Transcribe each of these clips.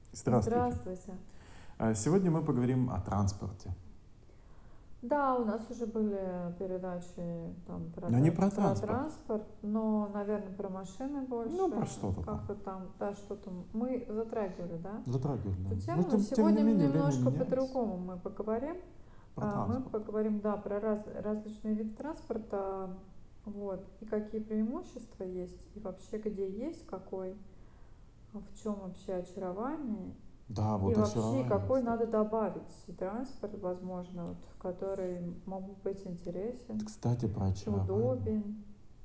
Здравствуйте. Здравствуйте. Сегодня мы поговорим о транспорте. Да, у нас уже были передачи там про, Но не про про транспорт. транспорт, но, наверное, про машины Ну, про больше. что-то там. Как-то там, да, что-то мы затрагивали, да, Затрагивали, да. эту Но тему. Но тем не сегодня менее, время немножко меняется. по-другому мы поговорим. Про Мы транспорт. поговорим, да, про различные виды транспорта, вот, и какие преимущества есть, и вообще где есть какой, в чем вообще очарование. Да, И вот вообще, очарование, какой кстати. надо добавить транспорт, возможно, вот, который мог быть интересен Кстати, про и очарование. удобен.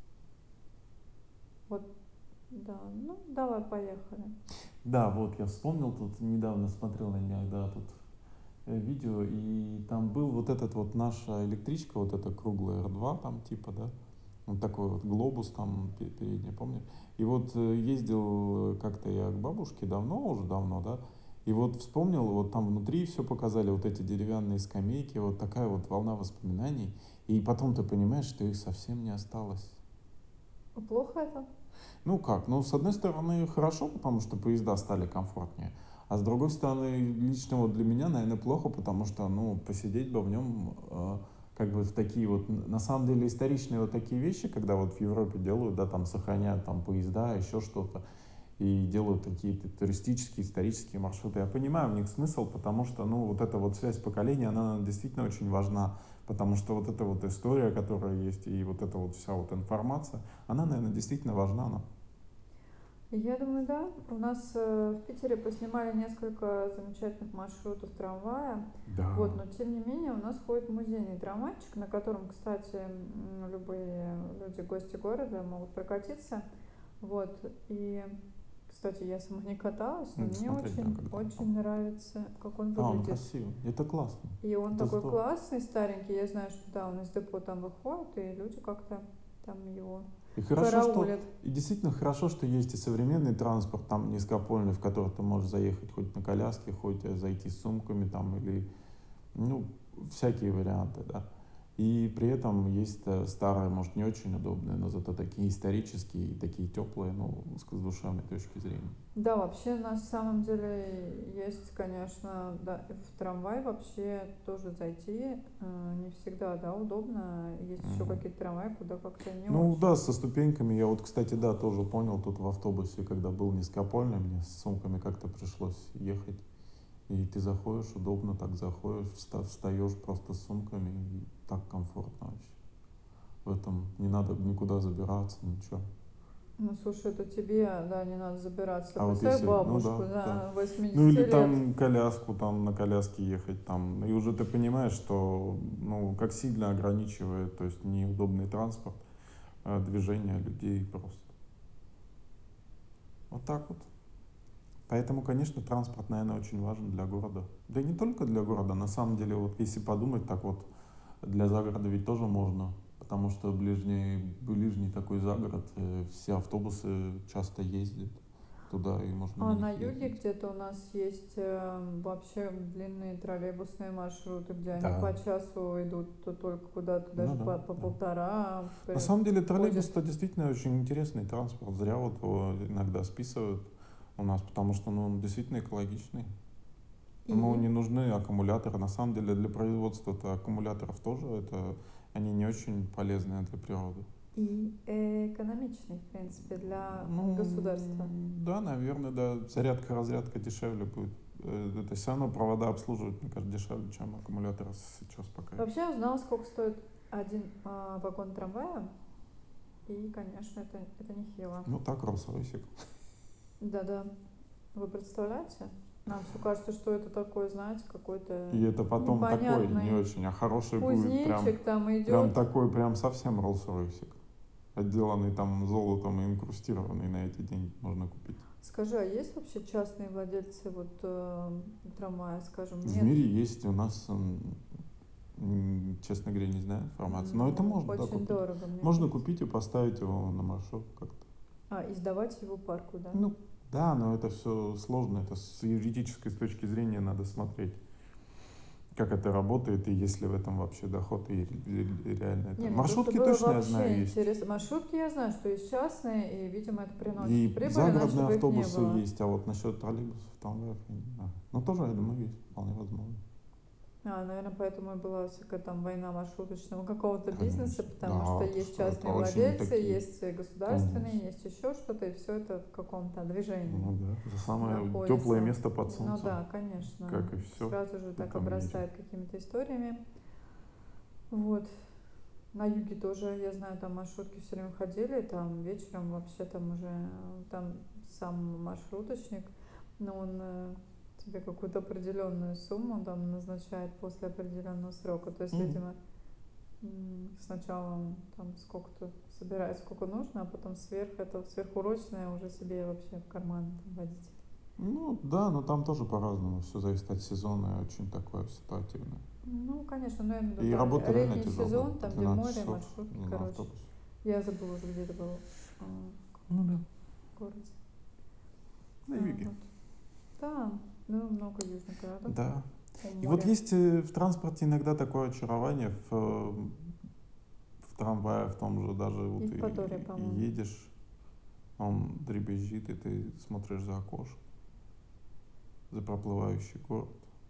Вот, да, ну, давай, поехали. Да, вот я вспомнил, тут недавно смотрел на меня, да, тут видео, и там был вот этот вот наша электричка, вот эта круглая R2 там типа, да, вот такой вот глобус там передний, помню. И вот ездил как-то я к бабушке давно, уже давно, да, и вот вспомнил, вот там внутри все показали, вот эти деревянные скамейки, вот такая вот волна воспоминаний. И потом ты понимаешь, что их совсем не осталось. Плохо это? Ну как, ну с одной стороны хорошо, потому что поезда стали комфортнее, а с другой стороны лично вот для меня, наверное, плохо, потому что, ну, посидеть бы в нем как бы в такие вот, на самом деле историчные вот такие вещи, когда вот в Европе делают, да, там сохраняют там поезда, еще что-то, и делают какие-то туристические, исторические маршруты. Я понимаю в них смысл, потому что, ну, вот эта вот связь поколений, она действительно очень важна, потому что вот эта вот история, которая есть, и вот эта вот вся вот информация, она, наверное, действительно важна нам. Я думаю, да. У нас в Питере поснимали несколько замечательных маршрутов трамвая. Вот, Да. но тем не менее у нас ходит музейный трамвайчик, на котором, кстати, любые люди, гости города могут прокатиться. Вот, и, кстати, я сама не каталась, но Надо мне смотреть, да, очень, когда там. очень нравится, как он А, он выглядит. красивый. Это классно. И он Это такой здорово. классный, старенький. Я знаю, что да, он из депо там выходит, и люди как-то там его И хорошо, что, караулят. и действительно хорошо, что есть и современный транспорт, там низкопольный, в который ты можешь заехать хоть на коляске, хоть зайти с сумками там, или, ну, всякие варианты, да. И при этом есть старые, может, не очень удобные, но зато такие исторические и такие теплые, ну, с душевной точки зрения. Да, вообще на самом деле есть, конечно, да, в трамвай вообще тоже зайти не всегда, да, удобно. Есть еще Мгм. какие-то трамваи, куда как-то не Ну да, очень. со ступеньками. Я вот, кстати, да, тоже понял, тут в автобусе, когда был низкопольный, мне с сумками как-то пришлось ехать. И ты заходишь, удобно так заходишь, встаешь просто с сумками, и так комфортно вообще. В этом не надо никуда забираться, ничего. Ну, слушай, это тебе, да, не надо забираться. А вот Представь если, ну бабушку, да, да. да, Ну 80 или лет. там коляску, там на коляске ехать, там, и уже ты понимаешь, что, ну, как сильно ограничивает, то есть неудобный транспорт, движение людей просто. Вот так вот. Поэтому, конечно, транспорт, наверное, очень важен для города. Да и не только для города, на самом деле, вот если подумать, так вот, для загорода ведь тоже можно, потому что ближний такой загород, все автобусы часто ездят туда, и можно на А на них юге ездить. где-то у нас есть вообще длинные троллейбусные маршруты, где они по Да, часу идут, то только куда-то ну даже да, по да. полтора На самом деле троллейбус ходят. это действительно очень интересный транспорт, зря вот его иногда списывают у нас, потому что ну, он действительно экологичный. Ему И, не нужны аккумуляторы. На самом деле для производства-то аккумуляторов тоже это они не очень полезны для природы. и экономичный, в принципе, для государства. Ну, да, наверное, да. Зарядка, разрядка дешевле будет. Это все равно провода обслуживать, мне кажется, дешевле, чем аккумуляторы сейчас пока еще. Вообще я узнала, сколько стоит один вагон трамвая, и, конечно, это нехило. Ну так, Роллс-Ройсик. Да-да, вы представляете? Нам все кажется, что это такой, знаете, И какой-то это потом такой не непонятный очень, а хороший будет прям, кузнечик там прям идет. такой, прям совсем Роллс-Ройсик. Отделанный там золотом и инкрустированный на эти деньги можно купить. Скажи, а есть вообще частные владельцы вот трамвая, скажем, В нет? мире есть у нас, честно говоря, не знаю информации, но это Ну, можно, да, очень купить. дорого, мне Можно кажется. купить и поставить его на маршрут как-то. И сдавать его парку, да? Ну, да, но это все сложно, это с юридической точки зрения надо смотреть. как это работает, и есть ли в этом вообще доход, и реально это. Не, мне просто Маршрутки было точно я знаю вообще есть. интересно. Маршрутки я знаю, что есть частные, и, видимо, это приносит И прибыль, иначе загородные бы их не автобусы было. есть, а вот насчет троллейбусов, трамваев, я не знаю. Ну, тоже, я думаю, есть, вполне возможно. Наверное, поэтому и была всякая там война маршруточного какого-то бизнеса, Конечно. потому что Да, то, есть что это частные очень владельцы, такие, есть государственные, конечно. есть еще что-то, и все это в каком-то движении Ну да, за самое теплое находится. место под Ну солнцем, да, конечно, как и все, сразу же и так там нечего. обрастает какими-то историями. Вот. На юге тоже, я знаю, там маршрутки все время ходили, там вечером вообще там уже там сам маршруточник, но он тебе какую-то определенную сумму там назначает после определенного срока. То есть, Мгм. видимо, сначала он там сколько-то собирает, сколько нужно, а потом сверх этого сверхурочное уже себе вообще в карман там, водитель. Ну да, но там тоже по-разному, все зависит от сезона, и очень такое ситуативное. Ну, конечно, но я имею в виду, И да, работа реально летний тяжелая, сезон, по там где 12 море, часов маршрутки, на короче. автобусе. Я забыла уже, где это было, в Ну да, каком-то городе. на юге. Вот. Да, ну, много южных городов Да. у И вот моря. есть в транспорте иногда такое очарование в трамвае, в том же даже вот Евпатория, и по-моему. едешь, он дребезжит, и ты смотришь за окошко, за проплывающий город.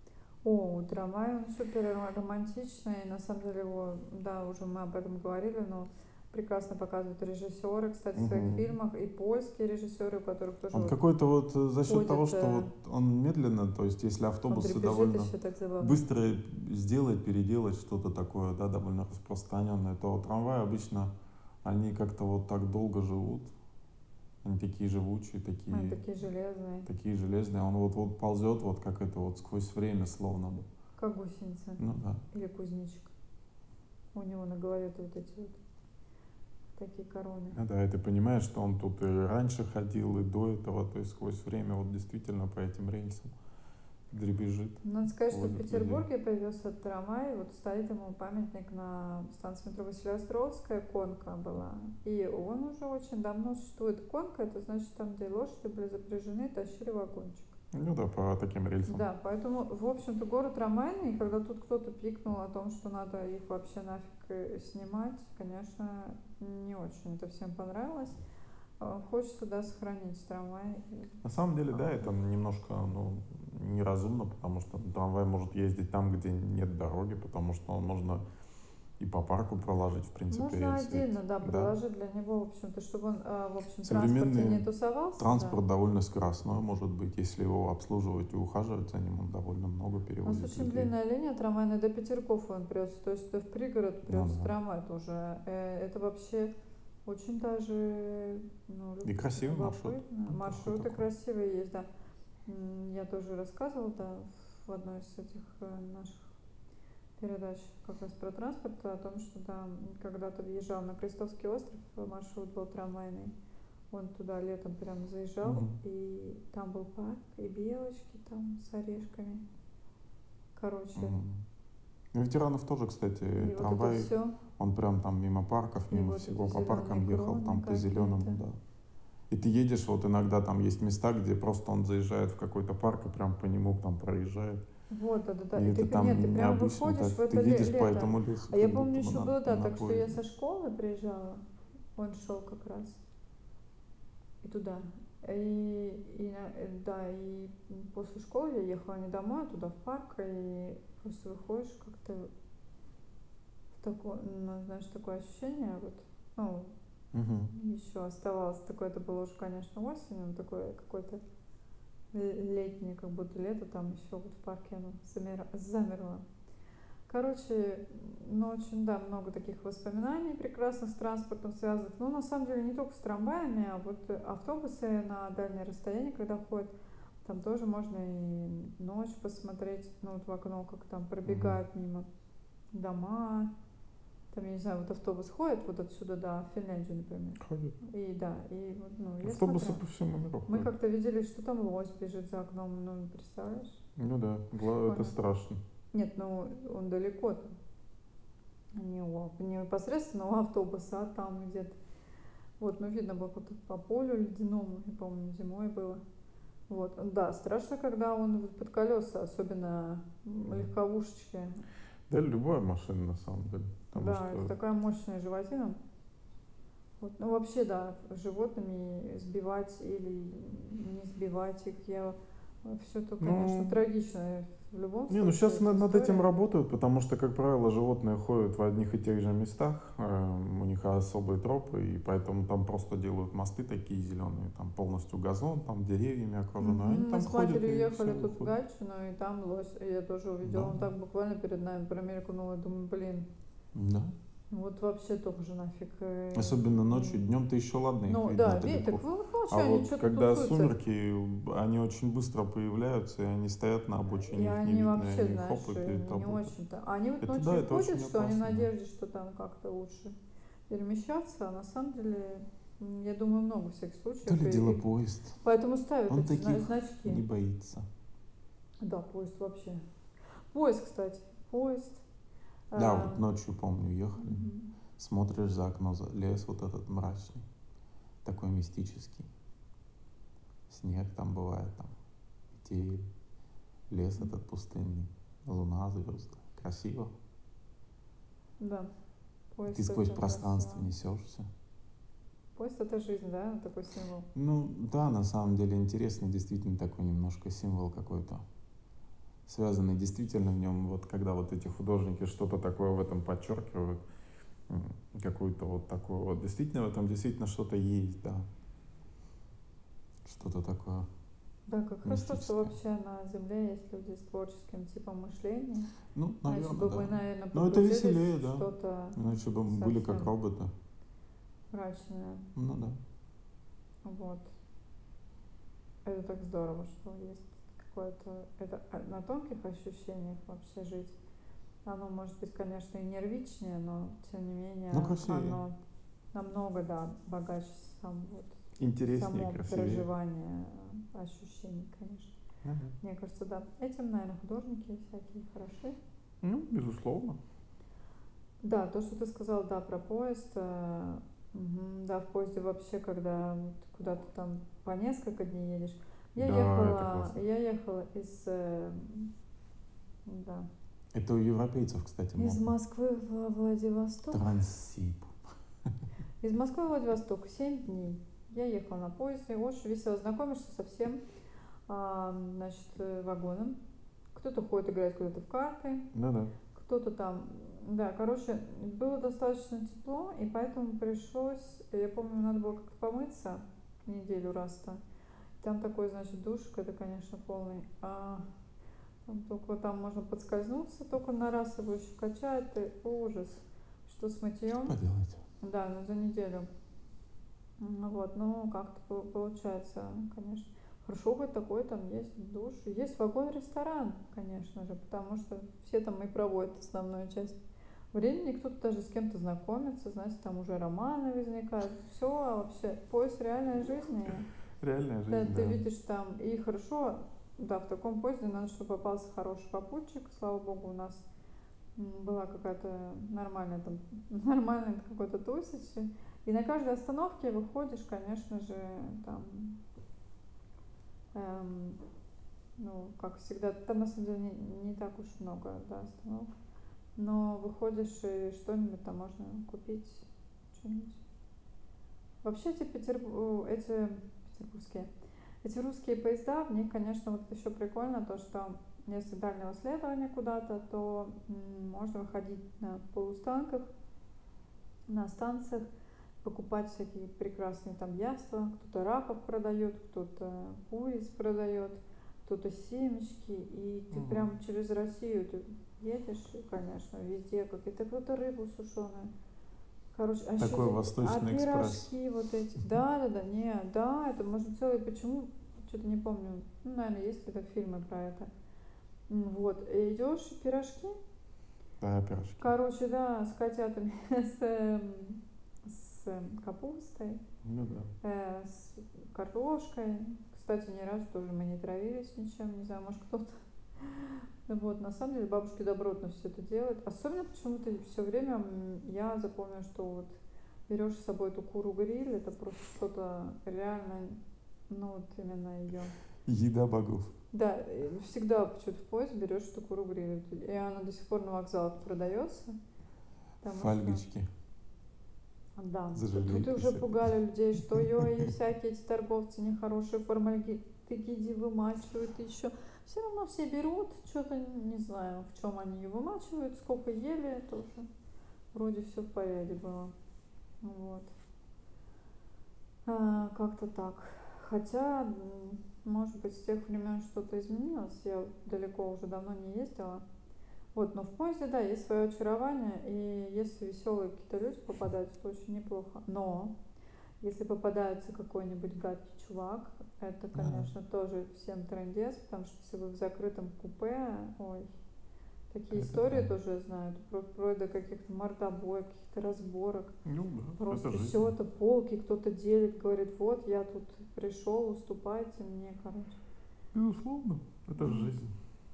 О, трамвай, он супер романтичный. На самом деле его, да, уже мы об этом говорили, но прекрасно показывают режиссеры, кстати, в своих Мгм. фильмах, и польские режиссеры, у которых тоже Он вот какой-то вот за счет того, ходят, что вот он медленно, то есть если он автобусы дребезжит довольно еще так забавно. быстро сделать, переделать что-то такое, да, довольно распространенное, то трамваи обычно, они как-то вот так долго живут, они такие живучие, Они такие, такие железные, такие железные, он вот ползет вот как это вот сквозь время словно бы. как гусеница Ну да. или кузнечик. У него на голове-то вот эти вот такие короны. Ну да, и ты понимаешь, что он тут и раньше ходил, и до этого, то есть сквозь время вот действительно по этим рельсам дребезжит, Надо сказать, что в возит людей. Петербурге появился трамвай, вот стоит ему памятник на станции метро Василиостровская, конка была. И он уже очень давно существует. Конка, это значит там, где лошади были запряжены, тащили вагончик. Ну да, по таким рельсам. Да, поэтому, в общем-то, город трамвайный, и когда тут кто-то пикнул о том, что надо их вообще нафиг снимать, конечно, не очень это всем понравилось. Хочется, да, сохранить трамвай. На самом деле, да, это немножко, ну, неразумно, потому что трамвай может ездить там, где нет дороги, потому что он можно и по парку проложить, в принципе, Можно рельсы ведь, отдельно, да, да. проложить для него, в общем-то, чтобы он, в общем, в транспорте не Современный тусовался, да. транспорт довольно скоростной, может быть, если его обслуживать и ухаживать за ним, он довольно много У нас перевозит очень людей. длинная линия трамвайная, до Петергофа он прется, то есть это в пригород Ну прется да. трамвай тоже. Это вообще очень даже, ну, И красивый маршрут. любопытно. Неплохой Маршруты такой. красивые есть, да. Я тоже рассказывала, да, в одной из этих наших передач как раз про транспорт, о том, что, да, когда-то въезжал на Крестовский остров, маршрут был трамвайный. Он туда летом прям заезжал, Мгм. и там был парк, и белочки там с орешками. Короче, Мгм. У ветеранов тоже, кстати, и вот это трамвай, все, он прям там мимо парков, и мимо вот эти всего по зеленые паркам ехал, кроны там по зеленому, какие-то. да. И ты едешь, вот иногда там есть места, где просто он заезжает в какой-то парк и прям по нему там проезжает. Вот, да-да-да. И И ты, это нет, ты там прям необычно выходишь так. в Ты это едешь по лето. этому лесу, А я как помню будто бы еще было, да, на так что я поезде. со школы приезжала, он шел как раз и туда. Да, и после школы я ехала не домой, а туда в парк, и просто выходишь как-то в такое, ну, знаешь, такое ощущение, вот, ну, Мгм. еще оставалось такое, это было уже, конечно, осенью, но такое какое-то летнее, как будто лето, там еще вот в парке оно замерло. Короче, ну, очень, да, много таких воспоминаний прекрасных с транспортом связанных. Ну, на самом деле, не только с трамваями, а вот автобусы на дальние расстояния, когда ходят, там тоже можно и ночь посмотреть, ну, вот в окно, как там Мгм. пробегают мимо дома. Там, я не знаю, вот автобус ходит вот отсюда до Финляндии, например. Ходят. И да, и вот, ну, я Автобусы смотрела. по всему миру Мы ходят. как-то видели, что там лось бежит за окном, ну, представляешь? Ну да, это Прикольно. страшно. Нет, ну, он далеко там. Не непосредственно у автобуса, а там где-то. Вот, ну, видно было как по полю ледяному, я помню, зимой было. Вот, да, страшно, когда он вот под колеса, особенно легковушечки. Да, любая машина на самом деле. Потому Да, это что, такая мощная животина. Вот. Ну, вообще, да, животными сбивать или не сбивать их, все это, конечно, ну, трагично в любом не, ну случае, сейчас эта над этим история. работают, потому что, как правило, животные ходят в одних и тех же местах, у них особые тропы, и поэтому там просто делают мосты такие зеленые, там полностью газон, там деревьями окружено, и они Мы там с ходят матерью и все ехали тут в выходят. Гатчину, и там лось, и я тоже увидела, Да, он так буквально перед нами промелькнул, и думаю, блин, да. вот вообще тоже нафиг. Особенно ночью, днем-то еще ладно, их Ну видно да, так далеко. вот А ночью они вот что-то когда тусуются. сумерки, они очень быстро появляются, и они стоят на И обочине, их не они видно, и вообще, они хоп, знаешь, и перед не тобой. очень-то. Они вот Это да, ночью это ходят, очень что они в опасно, да. надежде, что там как-то лучше перемещаться, а на самом деле, я думаю, много всяких То случаев. ли дело И поезд. поэтому ставят Он эти таких значки. не боится. Да, поезд вообще. Поезд, кстати, поезд. Да, вот А, ночью, помню, ехали. мгм. Смотришь за окно, лес вот этот мрачный, такой мистический. Снег там бывает, там метель, лес этот пустынный, луна, звезды. Красиво. Да, И ты поезд сквозь это пространство красиво. несешься. Поезд это жизнь, да, такой символ. Ну да, на самом деле интересно, действительно такой немножко символ какой-то, связанный действительно в нем, вот когда вот эти художники что-то такое в этом подчеркивают, какую-то вот такую вот, действительно в этом действительно что-то есть, да, что-то такое Да, как хорошо, что мистическое. вообще на Земле есть люди с творческим типом мышления. Ну, Иначе наверное, бы мы, да. наверное, Но это погрузились веселее, в да. что-то Иначе бы мы были как совсем роботы. мрачное. Ну да. Вот. Это так здорово, что есть какое-то... Это на тонких ощущениях вообще жить. Оно может быть, конечно, и нервичнее, но тем не Ну, менее красивее. оно намного, да, богаче Интереснее, само красивее. проживание ощущений, конечно. Ага. Мне кажется, да. Этим, наверное, художники всякие хороши. Ну, безусловно. Да, то, что ты сказал, да, про поезд. Да, в поезде вообще, когда вот куда-то там по несколько дней едешь. Да, это классно. Я ехала да, Это у европейцев, кстати, из модно. Москвы в Владивосток. Транссиб. Из Москвы в Владивосток 7 дней. Я ехала на поезде, очень весело знакомишься со всем, значит, вагоном. Кто-то ходит играть куда-то в карты, Ну да. кто-то там, да, короче, было достаточно тепло, и поэтому пришлось, я помню, надо было как-то помыться неделю раз-то. Там такой, значит, душ, это, конечно, полный. Там только там можно подскользнуться, только на раз его еще качает, и ужас. Что с Что мытьем? поделать? Да, ну за неделю. Вот, ну как-то получается, конечно. Хорошо, хоть такой там есть душ. Есть вагон-ресторан, конечно же, потому что все там и проводят основную часть времени. Кто-то даже с кем-то знакомится, знаете, там уже романы возникают. Все вообще, поезд реальной жизни. Реальная Да, жизнь, ты да. видишь там, и хорошо, да, в таком поезде надо, чтобы попался хороший попутчик. Слава богу, у нас была какая-то нормальная там, нормальный какой-то тусич. И на каждой остановке выходишь, конечно же, там, эм, ну, как всегда, там на самом деле не так уж много, да, остановок. Но выходишь и что-нибудь там можно купить, что-нибудь. Вообще эти петербургские, эти русские поезда, в них, конечно, вот еще прикольно то, что если дальнего следования куда-то, то можно выходить на полустанках, на станциях, покупать всякие прекрасные там яства. Кто-то раков продает, кто-то куриц продает, кто-то семечки. И ты Угу. прям через Россию ты едешь, и, конечно, везде какие-то, кто-то рыбу сушеную. Короче, а еще Такой Восточный экспресс. пирожки вот эти. Да, да, да, не, да, это можно целый, почему, что-то не помню, ну, наверное, есть какие-то фильмы про это. Вот, и идешь, пирожки, Да, пирожки. короче, да, с котятами, с капустой, Ну да. с картошкой. Кстати, ни разу тоже мы не травились ничем, не знаю, может кто-то. Вот, на самом деле бабушки добротно все это делают. Особенно почему-то все время я запомнила, что вот берешь с собой эту куру гриль, это просто что-то реально, ну вот именно ее. Еда богов. Да, всегда почему-то в поезд берешь эту куру гриль. И она до сих пор на вокзалах продается, потому что, Фольгочки да, тут и уже зажиретесь. пугали людей, что и всякие эти торговцы нехорошие формальдегиды вымачивают и еще. Все равно все берут, что-то не знаю, в чем они ее вымачивают, сколько ели, тоже вроде все в порядке было. Вот. Как-то так. Хотя, может быть, с тех времен что-то изменилось. Я далеко уже давно не ездила. Вот, но в поезде, да, есть свое очарование, и если веселые какие-то люди попадаются, то очень неплохо. Но если попадается какой-нибудь гадкий чувак, это, Ага. конечно, тоже всем трындец, потому что если вы в закрытом купе, ой, такие Это истории правда. тоже я знаю, вплоть до каких-то мордобоев, каких-то разборок. Ну да, это Просто все жизнь. это полки кто-то делит, говорит, вот я тут пришел, уступайте мне, короче. Безусловно, это Вот. жизнь.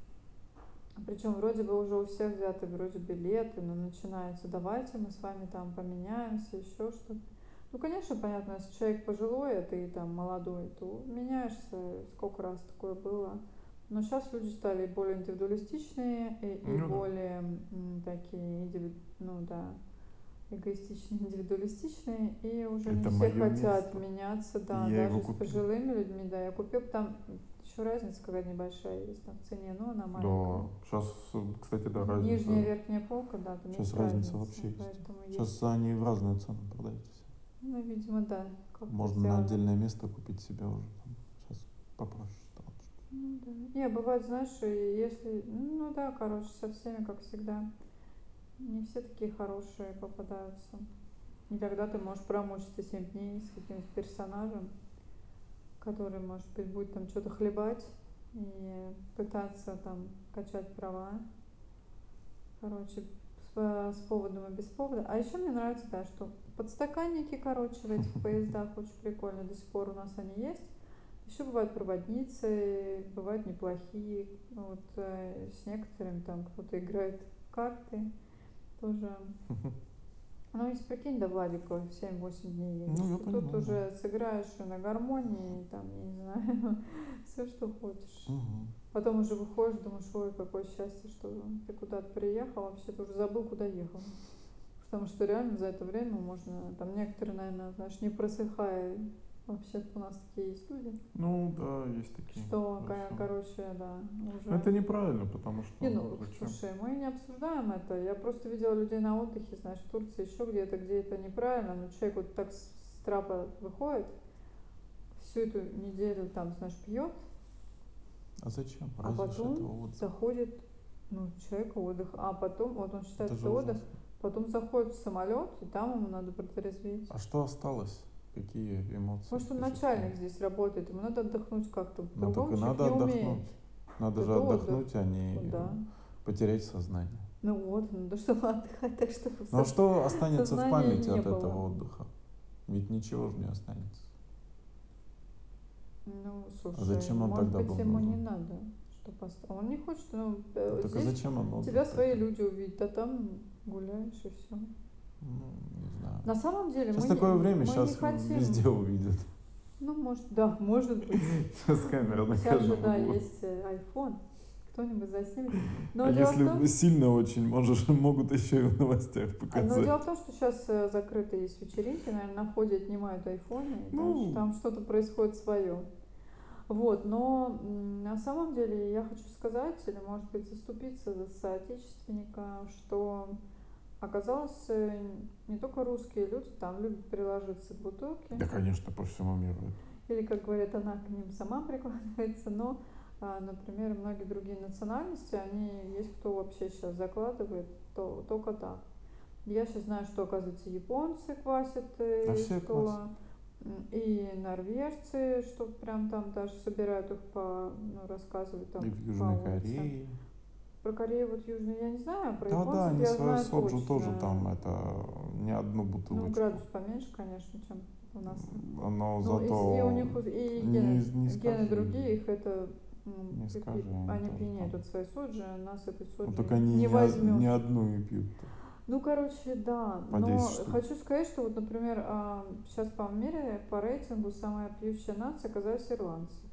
Причем вроде бы уже у всех взяты вроде билеты, но начинается, давайте мы с вами там поменяемся, еще что-то. Ну, конечно, понятно, если человек пожилой, а ты там молодой, то меняешься, сколько раз такое было. Но сейчас люди стали более индивидуалистичные и Ну да. более такие, ну да, эгоистичные, индивидуалистичные, и уже не Это все мое хотят место. меняться, И да, я его даже с купил. пожилыми людьми, да, я купил, там еще разница какая-то небольшая есть там в цене, но она маленькая. Да. Сейчас, кстати, да, Нижняя, разница. верхняя полка, да, там Сейчас есть разница разница, вообще есть. поэтому Сейчас есть, они в разную цену продают все. ну, видимо, да, как-то Можно на сделано. отдельное место купить себе уже там. Сейчас попроще стало. Ну, да. Не, бывает, знаешь, и если, ну, да, короче, со всеми, как всегда, не все такие хорошие попадаются. И тогда ты можешь промучиться 7 дней с каким-то персонажем, который, может быть, будет там что-то хлебать и пытаться там качать права. Короче, с поводом и без повода. А еще мне нравится, да, что подстаканники, короче, в этих поездах очень прикольно. До сих пор у нас они есть. Еще бывают проводницы, бывают неплохие. Вот с некоторыми там кто-то играет в карты тоже. Ну, если прикинь, до Владикова 7-8 дней едешь, Ну, я то тут понимаю, да. уже сыграешь и на гармонии, и там, я не знаю, все, что хочешь. Мгм. Потом уже выходишь, думаешь, ой, какое счастье, что ты куда-то приехал, вообще ты уже забыл, куда ехал. Потому что реально за это время можно, там некоторые, наверное, знаешь, не просыхая, вообще у нас такие есть люди, Ну да, есть такие. что, Хорошо. короче, да, Но уже. это неправильно, потому что, Не, ну, ну, зачем? слушай, мы не обсуждаем это. Я просто видела людей на отдыхе, знаешь, в Турции, еще где-то, где это неправильно, но человек вот так с трапа выходит, всю эту неделю там, знаешь, пьет, А зачем? а Разве ж это потом отдых? заходит, ну, человек отдых, а потом, вот он считает, Это же это отдых, ужасно. потом заходит в самолет, и там ему надо протрезветь. А что осталось? Какие эмоции, Может, он впечатления? начальник здесь работает, ему надо отдохнуть как-то, Ну так по-другому и человек надо не умеет. отдохнуть. Надо же Это отдых, отдохнуть, а не да. потерять сознание. Ну вот, надо чтобы отдыхать, так чтобы Ну а что останется в сознания памяти не от было. этого отдыха? Ведь ничего же не останется. Ну, А слушай, зачем он может тогда быть, был ему не нужен? надо, что он не хочет, ну, Ну так а здесь зачем он отдых тебя свои тогда? люди увидят, а там гуляешь и все. Ну, не знаю. На самом деле Сейчас такое время, мы не сейчас хотим, везде увидят. ну, может, да, может быть. Сейчас камера на Сейчас же, каждом да, углу. есть iPhone, кто-нибудь заснимет. А Но дело в том, если сильно очень, могут еще и в новостях но дело показать. в том, что сейчас закрытые есть вечеринки, наверное, на входе отнимают айфоны, и знаешь, Ну, там что-то происходит свое. Вот, но на самом деле я хочу сказать, или может быть заступиться за соотечественника, что оказалось, не только русские люди там любят приложиться к бутылке, да, конечно, по всему миру это. или, как говорят, она к ним сама прикладывается, но, например, многие другие национальности, они есть кто вообще сейчас закладывает, то только так. Я сейчас знаю, что, оказывается, японцы квасят, А и все квасят. что и норвежцы, что прям там даже собирают их по, ну, рассказывают И там в по Южной улицам. Корее. Про Корею вот южную я не знаю, про Да-да, японцев они я свою знаю соджу тоже точно. там, это не одну Ну, бутылочку. градус поменьше, конечно, чем у нас. Но Ну, и у зато них и не гены скажи, другие, их это, не скажи, они они тоже пьянеют там. от своей соджи, а нас этой Ну соджи так они не не возьмешь. одну и пьют-то, Ну, короче, да, по 10 но штук. хочу сказать, что вот, например, сейчас по мире, по рейтингу самая пьющая нация оказалась ирландцы.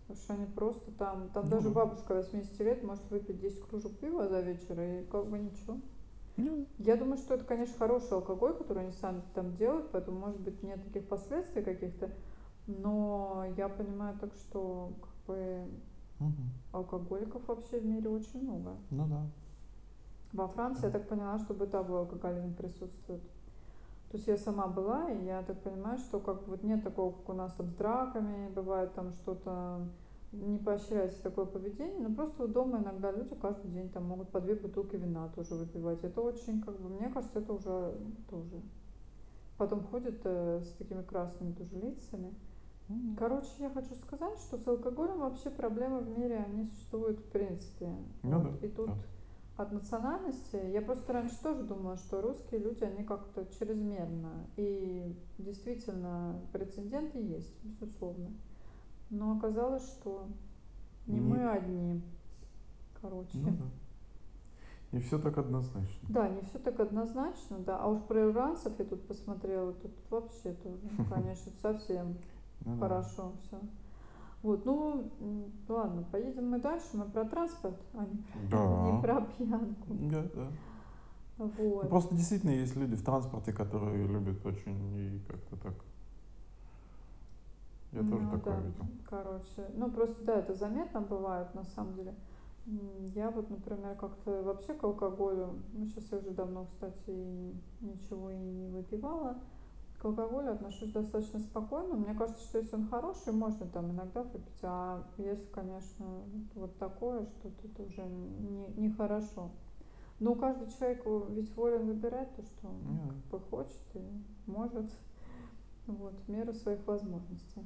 Потому что они просто там Ну даже да. бабушка 80 лет может выпить 10 кружек пива за вечер, и как бы ничего. Ну, Я думаю, что это, конечно, хороший алкоголь, который они сами там делают, поэтому, может быть, нет таких последствий каких-то, но я понимаю так, что как бы мгм. алкоголиков вообще в мире очень много. Ну да. Во Франции, я Да. так поняла, что бытовой алкоголизм присутствует. То есть я сама была, и я так понимаю, что как бы вот нет такого, как у нас там с драками, бывает там что-то, не поощряется такое поведение, но просто вот дома иногда люди каждый день там могут по 2 бутылки вина тоже выпивать. Это очень, как бы, мне кажется, это уже тоже. Потом ходят с такими красными тоже лицами. Мгм. Короче, я хочу сказать, что с алкоголем вообще проблемы в мире, они существуют в принципе. Ну Вот. да, И тут да. от национальности, я просто раньше тоже думала, что русские люди, они как-то чрезмерно. И действительно, прецеденты есть, безусловно. Но оказалось, что не Не, мы одни, ну короче. да. Не все так однозначно. Да, не все так однозначно, да. А уж про иранцев я тут посмотрела, тут вообще тоже, конечно, совсем Ну да. хорошо все. Вот, ну, ладно, поедем мы дальше. Мы про транспорт, а не Да. про пьянку. Да, да. Ну, Вот. просто действительно есть люди в транспорте, которые любят очень и как-то так. Я тоже Ну такое да, видел. короче. Ну, просто, да, это заметно бывает, на самом деле. Я вот, например, как-то вообще к алкоголю, ну, сейчас я уже давно, кстати, и ничего и не выпивала, к алкоголю отношусь достаточно спокойно. Мне кажется, что если он хороший, можно там иногда выпить. А если, конечно, вот такое что-то, это уже нехорошо. Но каждый человек ведь волен выбирать то, что он Ну, как бы хочет и может, вот, в меру своих возможностей.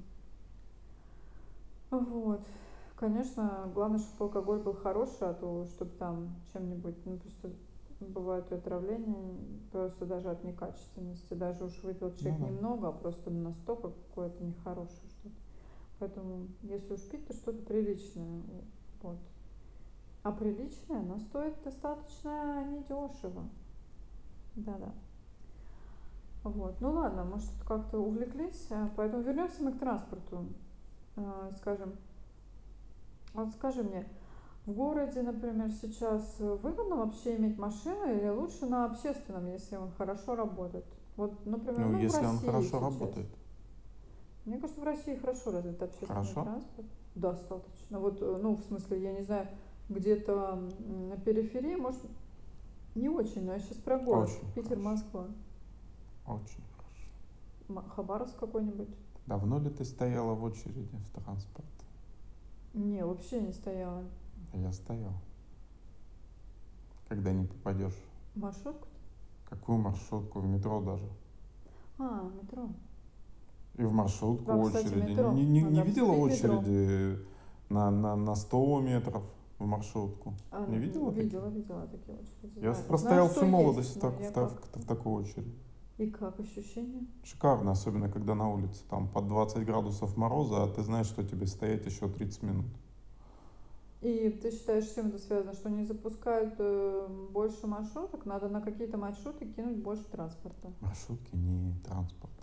Вот. Конечно, главное, чтобы алкоголь был хороший, а то чтобы там чем-нибудь, ну просто бывают и отравления, просто даже от некачественности. Даже уж выпил ну человек да. немного, а просто настолько какое-то нехорошее что-то. Поэтому, если уж пить, то что-то приличное. Вот. А приличное, оно стоит достаточно недешево. Да-да. Вот. Ну ладно, мы что-то как-то увлеклись, поэтому вернемся мы к транспорту. Скажем, вот скажи мне, в городе, например, сейчас выгодно вообще иметь машину или лучше на общественном, если он хорошо работает? Вот, например, Ну, ну в если он России хорошо сейчас. работает. Мне кажется, в России хорошо развит общественный Хорошо? транспорт. Достаточно. Вот, ну, в смысле, я не знаю, где-то на периферии, может, не очень, но я сейчас про город. Очень Питер, хорошо. Москва, Очень хорошо. Хабаровск какой-нибудь. Давно ли ты стояла в очереди в транспорт? Не, вообще не стояла. А я стоял. Когда не попадешь. Маршрутку? Какую маршрутку? В метро даже. Метро. И в маршрутку Да, кстати, очереди. метро. Не Надо видела обсудить метро. очереди на 100 метров в маршрутку? Не видела такие? Видела такие очереди. Я Знаю, простоял что всю есть, молодость но я как... в такой очереди. И как ощущения? Шикарно, особенно когда на улице там под 20 градусов мороза, а ты знаешь, что тебе стоять еще 30 минут. И ты считаешь, с чем это связано? Что не запускают больше маршруток? Надо на какие-то маршруты кинуть больше транспорта. Маршрутки не транспорт.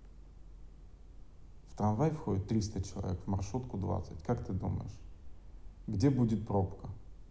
В трамвай входит 300 человек, в маршрутку 20. Как ты думаешь, где будет пробка?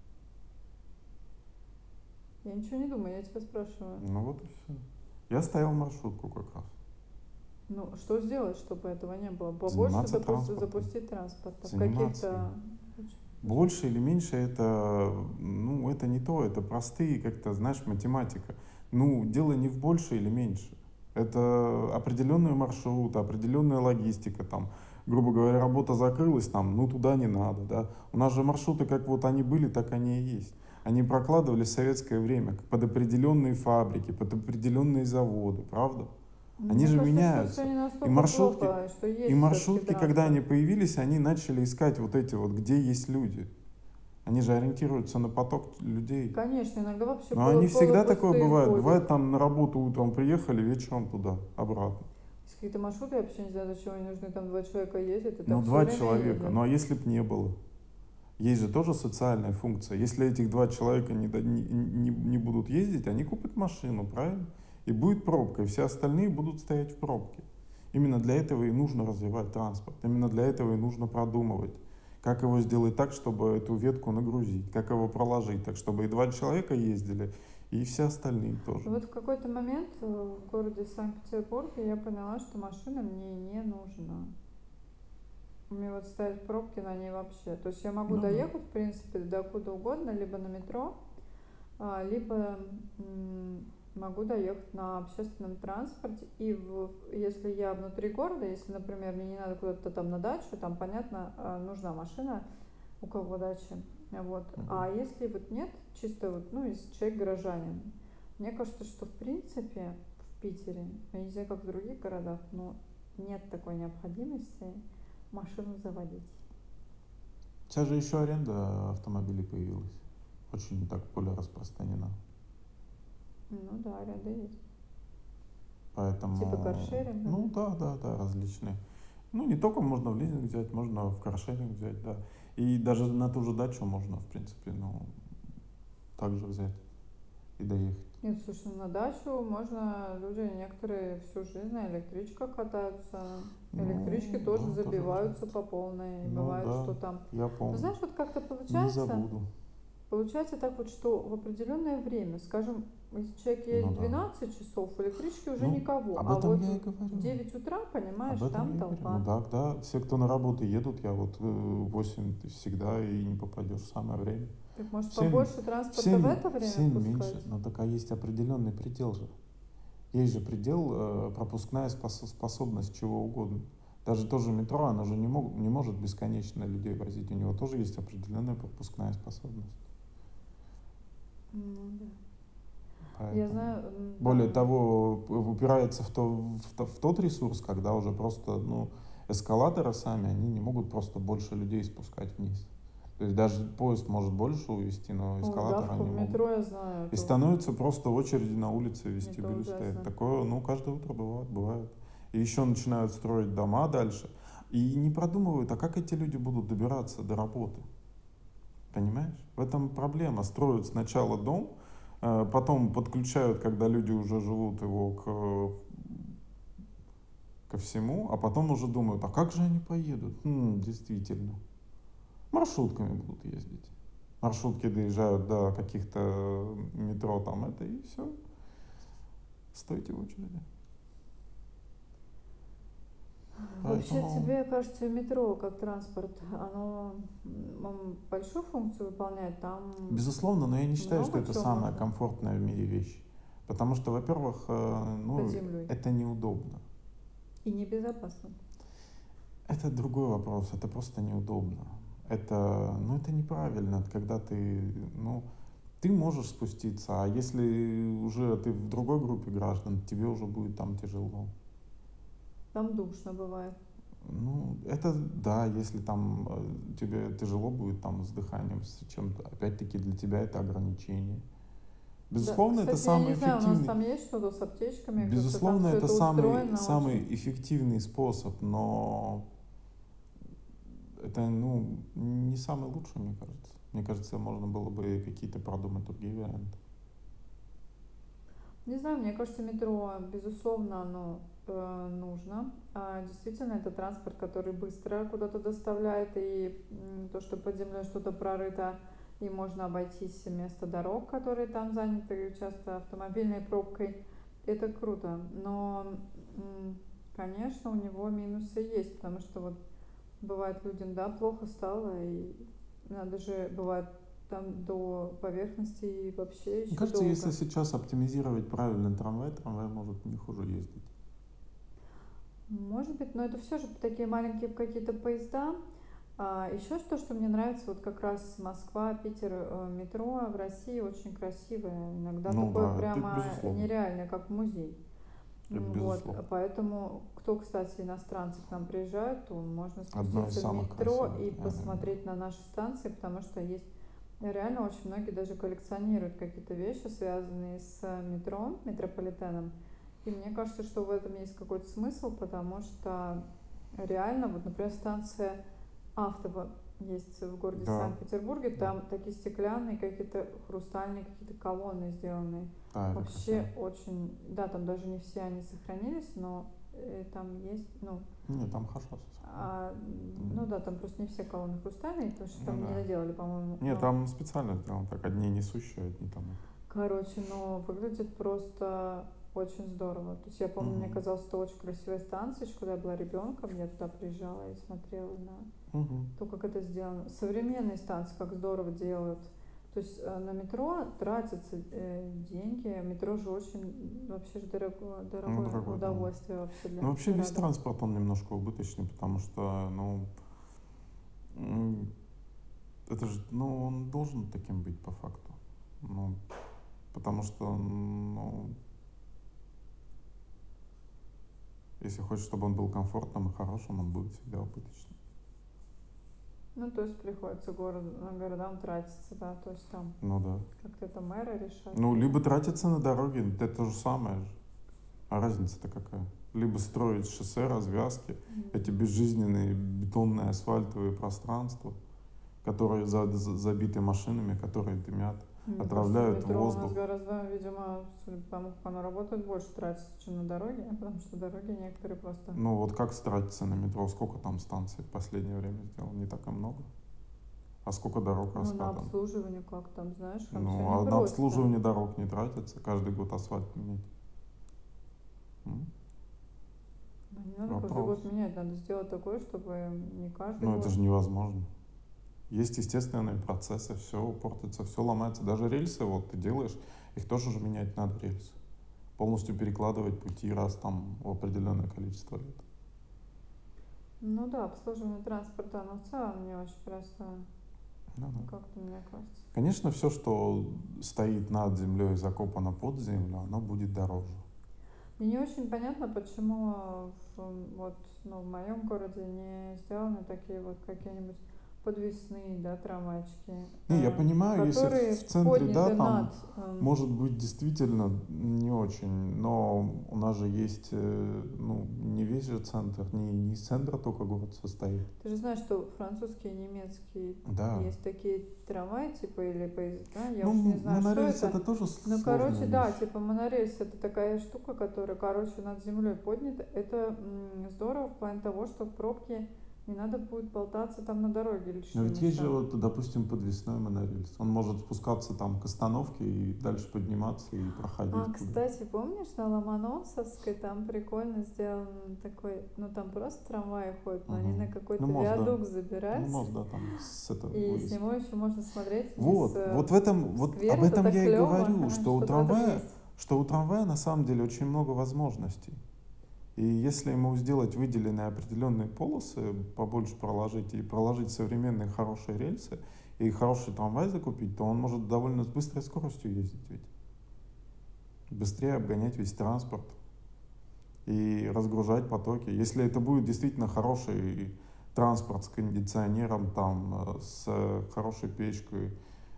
Я ничего не думаю, я тебя спрашиваю. Ну вот и все. Я стоял в маршрутку как раз. Ну, что сделать, чтобы этого не было? Побольше Заниматься транспортом. запустить транспорта в Заниматься им. каких-то... Больше или меньше это, ну, это не то, это простые, как-то, знаешь, математика. Ну, дело не в больше или меньше. Это определенный маршрут, определенная логистика, там, грубо говоря, работа закрылась, там, ну, туда не надо, да. У нас же маршруты, как вот они были, так они и есть. Они прокладывали в советское время под определенные фабрики, под определенные заводы, правда? Они Мне же кажется, что все меняются. не И настолько маршрутки, плохо, что и есть все-таки маршрутки, когда транспорт. они появились, они начали искать вот эти вот, где есть люди. Они же ориентируются на поток людей. Конечно, иногда вообще Но они всегда такое полупустые бывает. ходят. Бывает там на работу утром приехали, вечером туда, обратно. Есть какие-то маршруты, я вообще не знаю, зачем они нужны, там 2 человека ездят, и Ну, так все два время человека. ездят. Ну, а если бы не было? Есть же тоже социальная функция. Если этих два человека не будут ездить, они купят машину, правильно? И будет пробка, и все остальные будут стоять в пробке. Именно для этого и нужно развивать транспорт. Именно для этого и нужно продумывать, как его сделать так, чтобы эту ветку нагрузить, как его проложить, так чтобы и 2 человека ездили, и все остальные тоже. Вот в какой-то момент в городе Санкт-Петербурге я поняла, что машина мне не нужна. Мне вот ставить пробки на ней вообще. То есть я могу Ну да. доехать, в принципе, до куда угодно, либо на метро, либо могу доехать на общественном транспорте. И если я внутри города, если, например, мне не надо куда-то там на дачу, там, понятно, нужна машина, у кого дача. Вот. Мгм. А если вот нет, чисто вот, ну, если человек горожанин, мне кажется, что в принципе в Питере, я не знаю, как в других городах, но нет такой необходимости машину заводить. Сейчас же еще аренда автомобилей появилась. Очень так более распространена. Ну да, аренда есть. Типа Поэтому, каршеринга, да? ну да, различные. Ну, не только можно в лизинг взять, можно в каршеринг взять, да. И даже на ту же дачу можно, в принципе, ну, также взять и доехать. Нет, слушай, ну на дачу можно, люди некоторые всю жизнь на электричках катаются. Электрички Ну, тоже да, тоже забиваются вариант. по полной. И Ну бывает, да, что там... я Ну помню. знаешь, вот как-то Не получается, забуду. получается так вот, что в определенное время, скажем, если человек Ну едет да. 12 часов, в электричке уже Ну, никого. об А этом вот я и в говорю. 9 утра, понимаешь, Об этом там я и говорю. Ну толпа. да, да, все, кто на работу едут, я вот в 8 ты всегда и не попадешь в самое время. Так может В 7, побольше в транспорта в 7, это в время 7 пускать? меньше, но только есть определенный предел же. Есть же предел, пропускная способность чего угодно. Даже то же метро, оно же не может бесконечно людей возить. У него тоже есть определенная пропускная способность. Ну да. Я Поэтому. знаю, Более да. того, упирается в тот ресурс, когда уже просто, ну, эскалаторы сами, они не могут просто больше людей спускать вниз. То есть даже поезд может больше увезти, но Ой, да, эскалаторы в не могут. метро я знаю, И это становится просто очереди на улице, в это вестибюле стоят. ужасно. Такое, ну, каждое утро бывает. И еще начинают строить дома дальше. И не продумывают, а как эти люди будут добираться до работы. Понимаешь? В этом проблема. Строят сначала дом, потом подключают, когда люди уже живут его ко всему, а потом уже думают, а как же они поедут? Действительно. Маршрутками будут ездить. Маршрутки доезжают до каких-то метро там это и все. Стойте в очереди. Вообще, Поэтому, тебе кажется, метро как транспорт, оно большую функцию выполняет? Там безусловно, но я не считаю, что много это чего самая можно комфортная в мире вещь. Потому что, во-первых, под ну, землей. это неудобно. И небезопасно. Это другой вопрос, это просто неудобно. Ну, это неправильно, это когда ну, ты можешь спуститься, а если уже ты в другой группе граждан, тебе уже будет там тяжело. Там душно бывает. Ну, это да, если там тебе тяжело будет там с дыханием, с чем-то, опять-таки для тебя это ограничение. Да, Безусловно, это кстати, я не самый знаю, у нас эффективный, там есть что-то с аптечками, как-то там безусловно, все это это самый, устроено самый очень. эффективный способ, но это, ну, не самый лучший, мне кажется. Мне кажется, можно было бы какие-то продумать другие варианты. Не знаю, мне кажется, метро, безусловно, оно нужно. Действительно, это транспорт, который быстро куда-то доставляет, и то, что под землей что-то прорыто, и можно обойтись вместо дорог, которые там заняты часто автомобильной пробкой, это круто. Но, конечно, у него минусы есть, потому что вот бывает людям, да, плохо стало, и надо же, бывает, там до поверхности и вообще Мне еще кажется, если долго. сейчас оптимизировать правильно трамвай может не хуже ездить. Может быть, но это все же такие маленькие какие-то поезда. Еще что мне нравится, вот как раз Москва, Питер, метро в России очень красивое. Иногда Ну такое да, это прямо безусловно. нереальное, как музей. Это Вот, безусловно. поэтому, кто, кстати, иностранцы к нам приезжают, то можно Одно из спуститься в самых метро красивых, и наверное. посмотреть на наши станции, потому что есть реально очень многие даже коллекционируют какие-то вещи, связанные с метро, метрополитеном. И мне кажется, что в этом есть какой-то смысл, потому что реально, вот, например, станция Автово есть в городе Да, Санкт-Петербурге, да, там такие стеклянные какие-то хрустальные какие-то колонны сделанные. да, это красиво. Вообще очень, да, там даже не все они сохранились, но там есть, ну, Нет, там хорошо всё. ну да, там просто не все колонны хрустальные, потому что Ну там не да. доделали, по-моему. Нет, там специально сделано так. Одни несущие, одни там. Короче, но выглядит просто очень здорово. То есть я помню, мне Мгм. казалось, это очень красивая станция, еще когда я была ребенком, я туда приезжала и смотрела на Мгм. то, как это сделано. Современные станции, как здорово делают. То есть на метро тратятся деньги. Метро же очень вообще же Ну, дорогое дорогой, да. удовольствие вообще для Ну, вообще весь городов. транспорт, он немножко убыточный, потому что, ну, м, это же, ну, он должен таким быть по факту. Ну, потому что, ну, если хочешь, чтобы он был комфортным и хорошим, он будет всегда убыточным. Ну, то есть приходится городам тратиться, да, то есть там Ну да. как-то это мэры решать. Ну, Или... либо тратиться на дороги, это то же самое же. А разница-то какая? Либо строить шоссе, развязки, эти безжизненные бетонные асфальтовые пространства, которые забиты машинами, которые дымят, Мне кажется, отравляют метро у нас воздух. гораздо, видимо, судя по тому, как оно работает, больше тратится, чем на дороге, потому что дороги некоторые просто... Ну вот как тратится на метро? Сколько там станций в последнее время сделано? Не так и много. А сколько дорог Ну, на раскатано? обслуживание как там, знаешь, там все Ну, а на непросто. обслуживание дорог не тратится, каждый год асфальт менять. М? Ну, не надо каждый Вопрос. год менять, надо сделать такое, чтобы не каждый Но это год. же невозможно. Есть естественные процессы, все портится, все ломается. Даже рельсы, вот ты делаешь, их тоже же менять надо, рельсы. Полностью перекладывать пути раз там в определенное количество лет. Ну да, обслуживание транспорта, оно в целом не очень просто, Ну да. как-то мне кажется. Конечно, все, что стоит над землей и закопано под землю, оно будет дороже. Мне не очень понятно, почему вот, ну, в моем городе не сделаны такие вот какие-нибудь подвесные, да, трамвайчики, Не, я понимаю, если которые в центре, да, подняты над... там может быть действительно не очень, но у нас же есть, ну, не весь же центр, не из центра только город состоит. Ты же знаешь, что французские и немецкие Да. есть такие трамваи, типа, или поезда, я Ну, уж не знаю, что монорельс это. это тоже Ну, сложная короче, да, вещь. типа монорельс это такая штука, которая, короче, над землей поднята. Это здорово в плане того, что в пробке не надо будет болтаться там на дороге Но лишним ведь есть же еще. вот, допустим, подвесной монорельс. Он может спускаться там к остановке и дальше подниматься и А, проходить куда-то. кстати, помнишь, на Ломоносовской там прикольно сделан такой, ну там просто трамваи ходят, но они на Мгм. Ну, какой-то мост, да. виадук Ну, забираются, мост, да, там с этого и с вывески. него еще можно смотреть вниз Вот в этом, в вот сквер, об это этом так я и клево, говорю, что-то в этом есть. что у трамвая на самом деле очень много возможностей. И если ему сделать выделенные определенные полосы, побольше проложить и проложить современные хорошие рельсы, и хороший трамвай закупить, то он может довольно с быстрой скоростью ездить ведь. Быстрее обгонять весь транспорт и разгружать потоки. Если это будет действительно хороший транспорт с кондиционером, там, с хорошей печкой,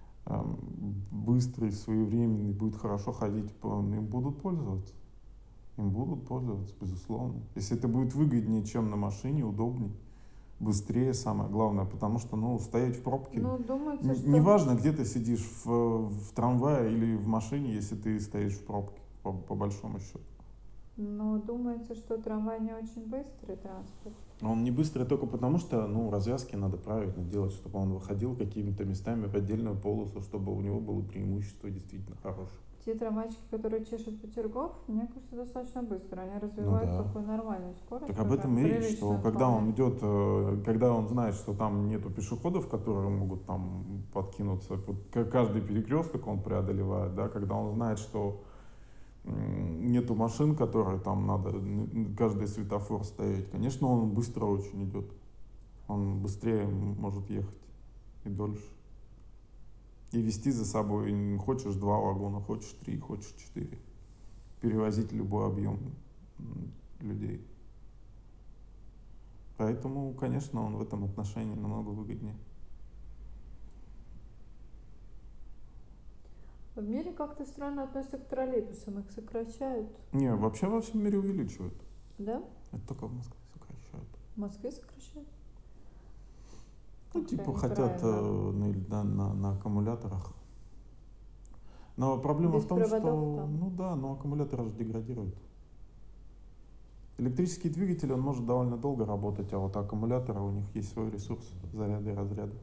быстрый, своевременный, будет хорошо ходить, им будут пользоваться. Им будут пользоваться, безусловно. Если это будет выгоднее, чем на машине, удобнее, быстрее, самое главное, потому что, ну, стоять в пробке, Ну, думается, что... неважно, где ты сидишь, в трамвае или в машине, если ты стоишь в пробке, по большому счету. Ну, думается, что трамвай не очень быстрый транспорт. Он не быстрый только потому, что, ну, развязки надо правильно делать, чтобы он выходил какими-то местами в отдельную полосу, чтобы у него было преимущество действительно хорошее. Те трамвайчики, которые чешут Петергоф, мне кажется, достаточно быстро. Они Ну развивают да. такую нормальную Так скорость, об такая этом и речь, что приличная когда он вполне. идет, когда он знает, что там нету пешеходов, которые могут там подкинуться, вот каждый перекресток он преодолевает, да, когда он знает, что нету машин, которые там надо каждый светофор стоять, конечно, он быстро очень идет, он быстрее может ехать и дольше. И вести за собой хочешь 2 вагона, хочешь 3, хочешь 4, перевозить любой объем людей. Поэтому, конечно, он в этом отношении намного выгоднее. В мире как-то странно относятся к троллейбусам, их сокращают. Не, вообще во всем мире увеличивают. Да? Это только в Москве сокращают. В Москве сокращают? Ну, Как-то типа хотят неправильно. на аккумуляторах. Но проблема Без в том, проводов что, там. ну да, но аккумуляторы же деградируют. Электрический двигатель, он может довольно долго работать, а вот аккумуляторы, у них есть свой ресурс заряда и разряда.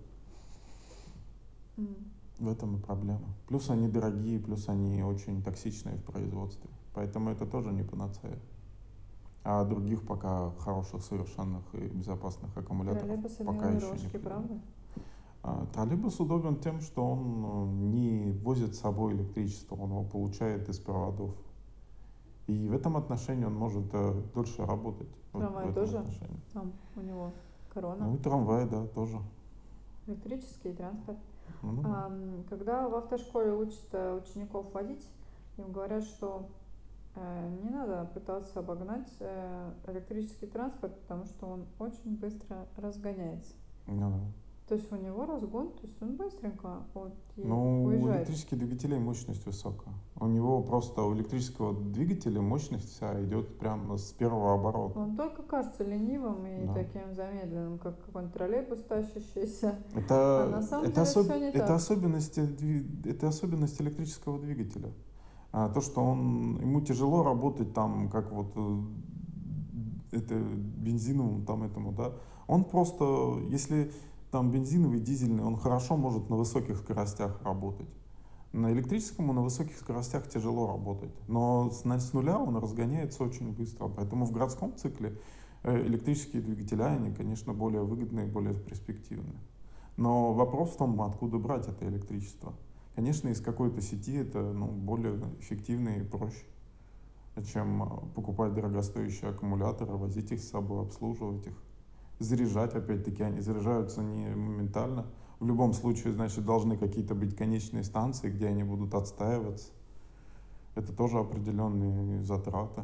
М. В этом и проблема. Плюс они дорогие, плюс они очень токсичные в производстве. Поэтому это тоже не панацея. А других пока хороших, совершенных и безопасных аккумуляторов Троллейбусы пока милые еще не рожки, придумали. правда? Троллейбус удобен тем, что он не возит с собой электричество, он его получает из проводов. И в этом отношении он может дольше работать. Вот в Трамвай этом тоже? отношении. Там у него корона. Ну и трамвай, да, тоже. Электрический транспорт. Ну да. Когда в автошколе учат учеников водить, им говорят, что не надо пытаться обогнать электрический транспорт, потому что он очень быстро разгоняется. Ну да. То есть у него разгон, то есть он быстренько Но у уезжает. электрических двигателей мощность высокая. У него просто, у электрического двигателя мощность вся идет прямо с первого оборота. Он только кажется ленивым и Да. таким замедленным, как какой-нибудь троллейбус тащащийся. А Это, на самом это, деле все особ- не это, так. особенности, это особенность электрического двигателя. То, что ему тяжело работать там, как вот это бензиновому там этому, да. Он просто, если там бензиновый, дизельный, он хорошо может на высоких скоростях работать. На электрическом на высоких скоростях тяжело работать, но с нуля он разгоняется очень быстро. Поэтому в городском цикле электрические двигателя, они, конечно, более выгодные, более перспективные. Но вопрос в том, откуда брать это электричество. Конечно, из какой-то сети это более эффективно и проще, чем покупать дорогостоящие аккумуляторы, возить их с собой, обслуживать их, заряжать. Опять-таки, они заряжаются не моментально. В любом случае, значит, должны какие-то быть конечные станции, где они будут отстаиваться. Это тоже определенные затраты.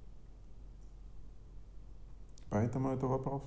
Поэтому это вопрос.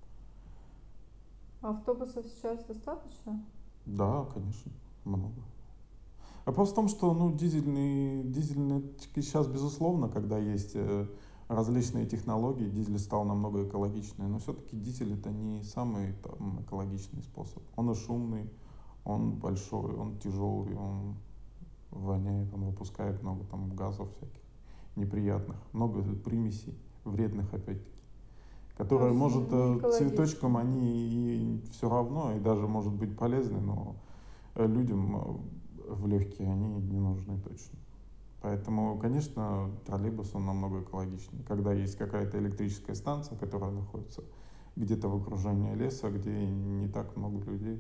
Автобусов сейчас достаточно? Да, конечно, много. Вопрос в том, что дизельные сейчас, безусловно, когда есть различные технологии, дизель стал намного экологичнее, но все-таки дизель это не самый там, экологичный способ. Он и шумный, он большой, он тяжелый, он воняет, он выпускает много там газов всяких неприятных, много примесей, вредных опять-таки, То которые, есть может, не цветочком экологично. они и все равно, и даже, может быть, полезны, но людям в легкие они не нужны точно. Поэтому, конечно, троллейбус, он намного экологичнее. Когда есть какая-то электрическая станция, которая находится где-то в окружении леса, где не так много людей.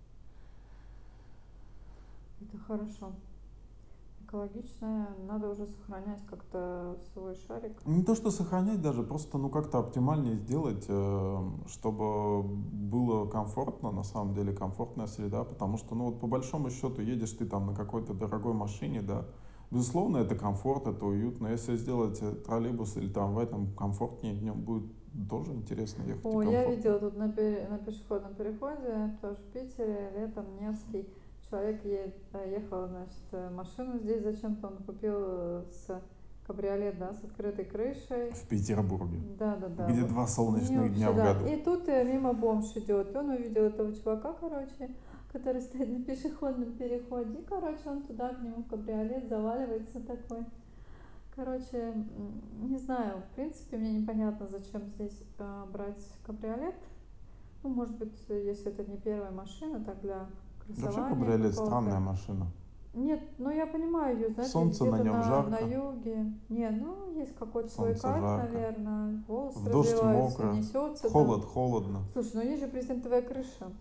Это хорошо. Экологичное, надо уже сохранять как-то свой шарик. Не то, что сохранять даже, просто как-то оптимальнее сделать, чтобы было комфортно, на самом деле комфортная среда, потому что, вот по большому счету едешь ты там на какой-то дорогой машине, да, безусловно, это комфорт, это уют, но если сделать троллейбус или трамвай, там комфортнее, в нем будет тоже интересно ехать и О, я комфортно. видела тут на пешеходном переходе, тоже в Питере, летом, Невский. Человек ехал, значит, машину здесь зачем-то он купил с кабриолет, да, с открытой крышей. В Петербурге, Да, да, да, где вот. два Мне солнечных дня вообще, в да. году. И тут мимо бомж идет. Он увидел этого чувака, короче, который стоит на пешеходном переходе. И, короче, он туда к нему в кабриолет заваливается такой. Короче, не знаю, в принципе, мне непонятно, зачем здесь брать кабриолет. Ну, может быть, если это не первая машина, так для Вообще красования кабриолет странная какого-то. машина. Нет, ну я понимаю ее, знаешь, Солнце на где-то нем на жарко, юге. Не, ну есть какой-то свой солнце кайф, жарко, наверное. Волосы в дождь развиваются, мокро, в несется там. холод холодно. Слушай, ну есть же брезентовая крыша.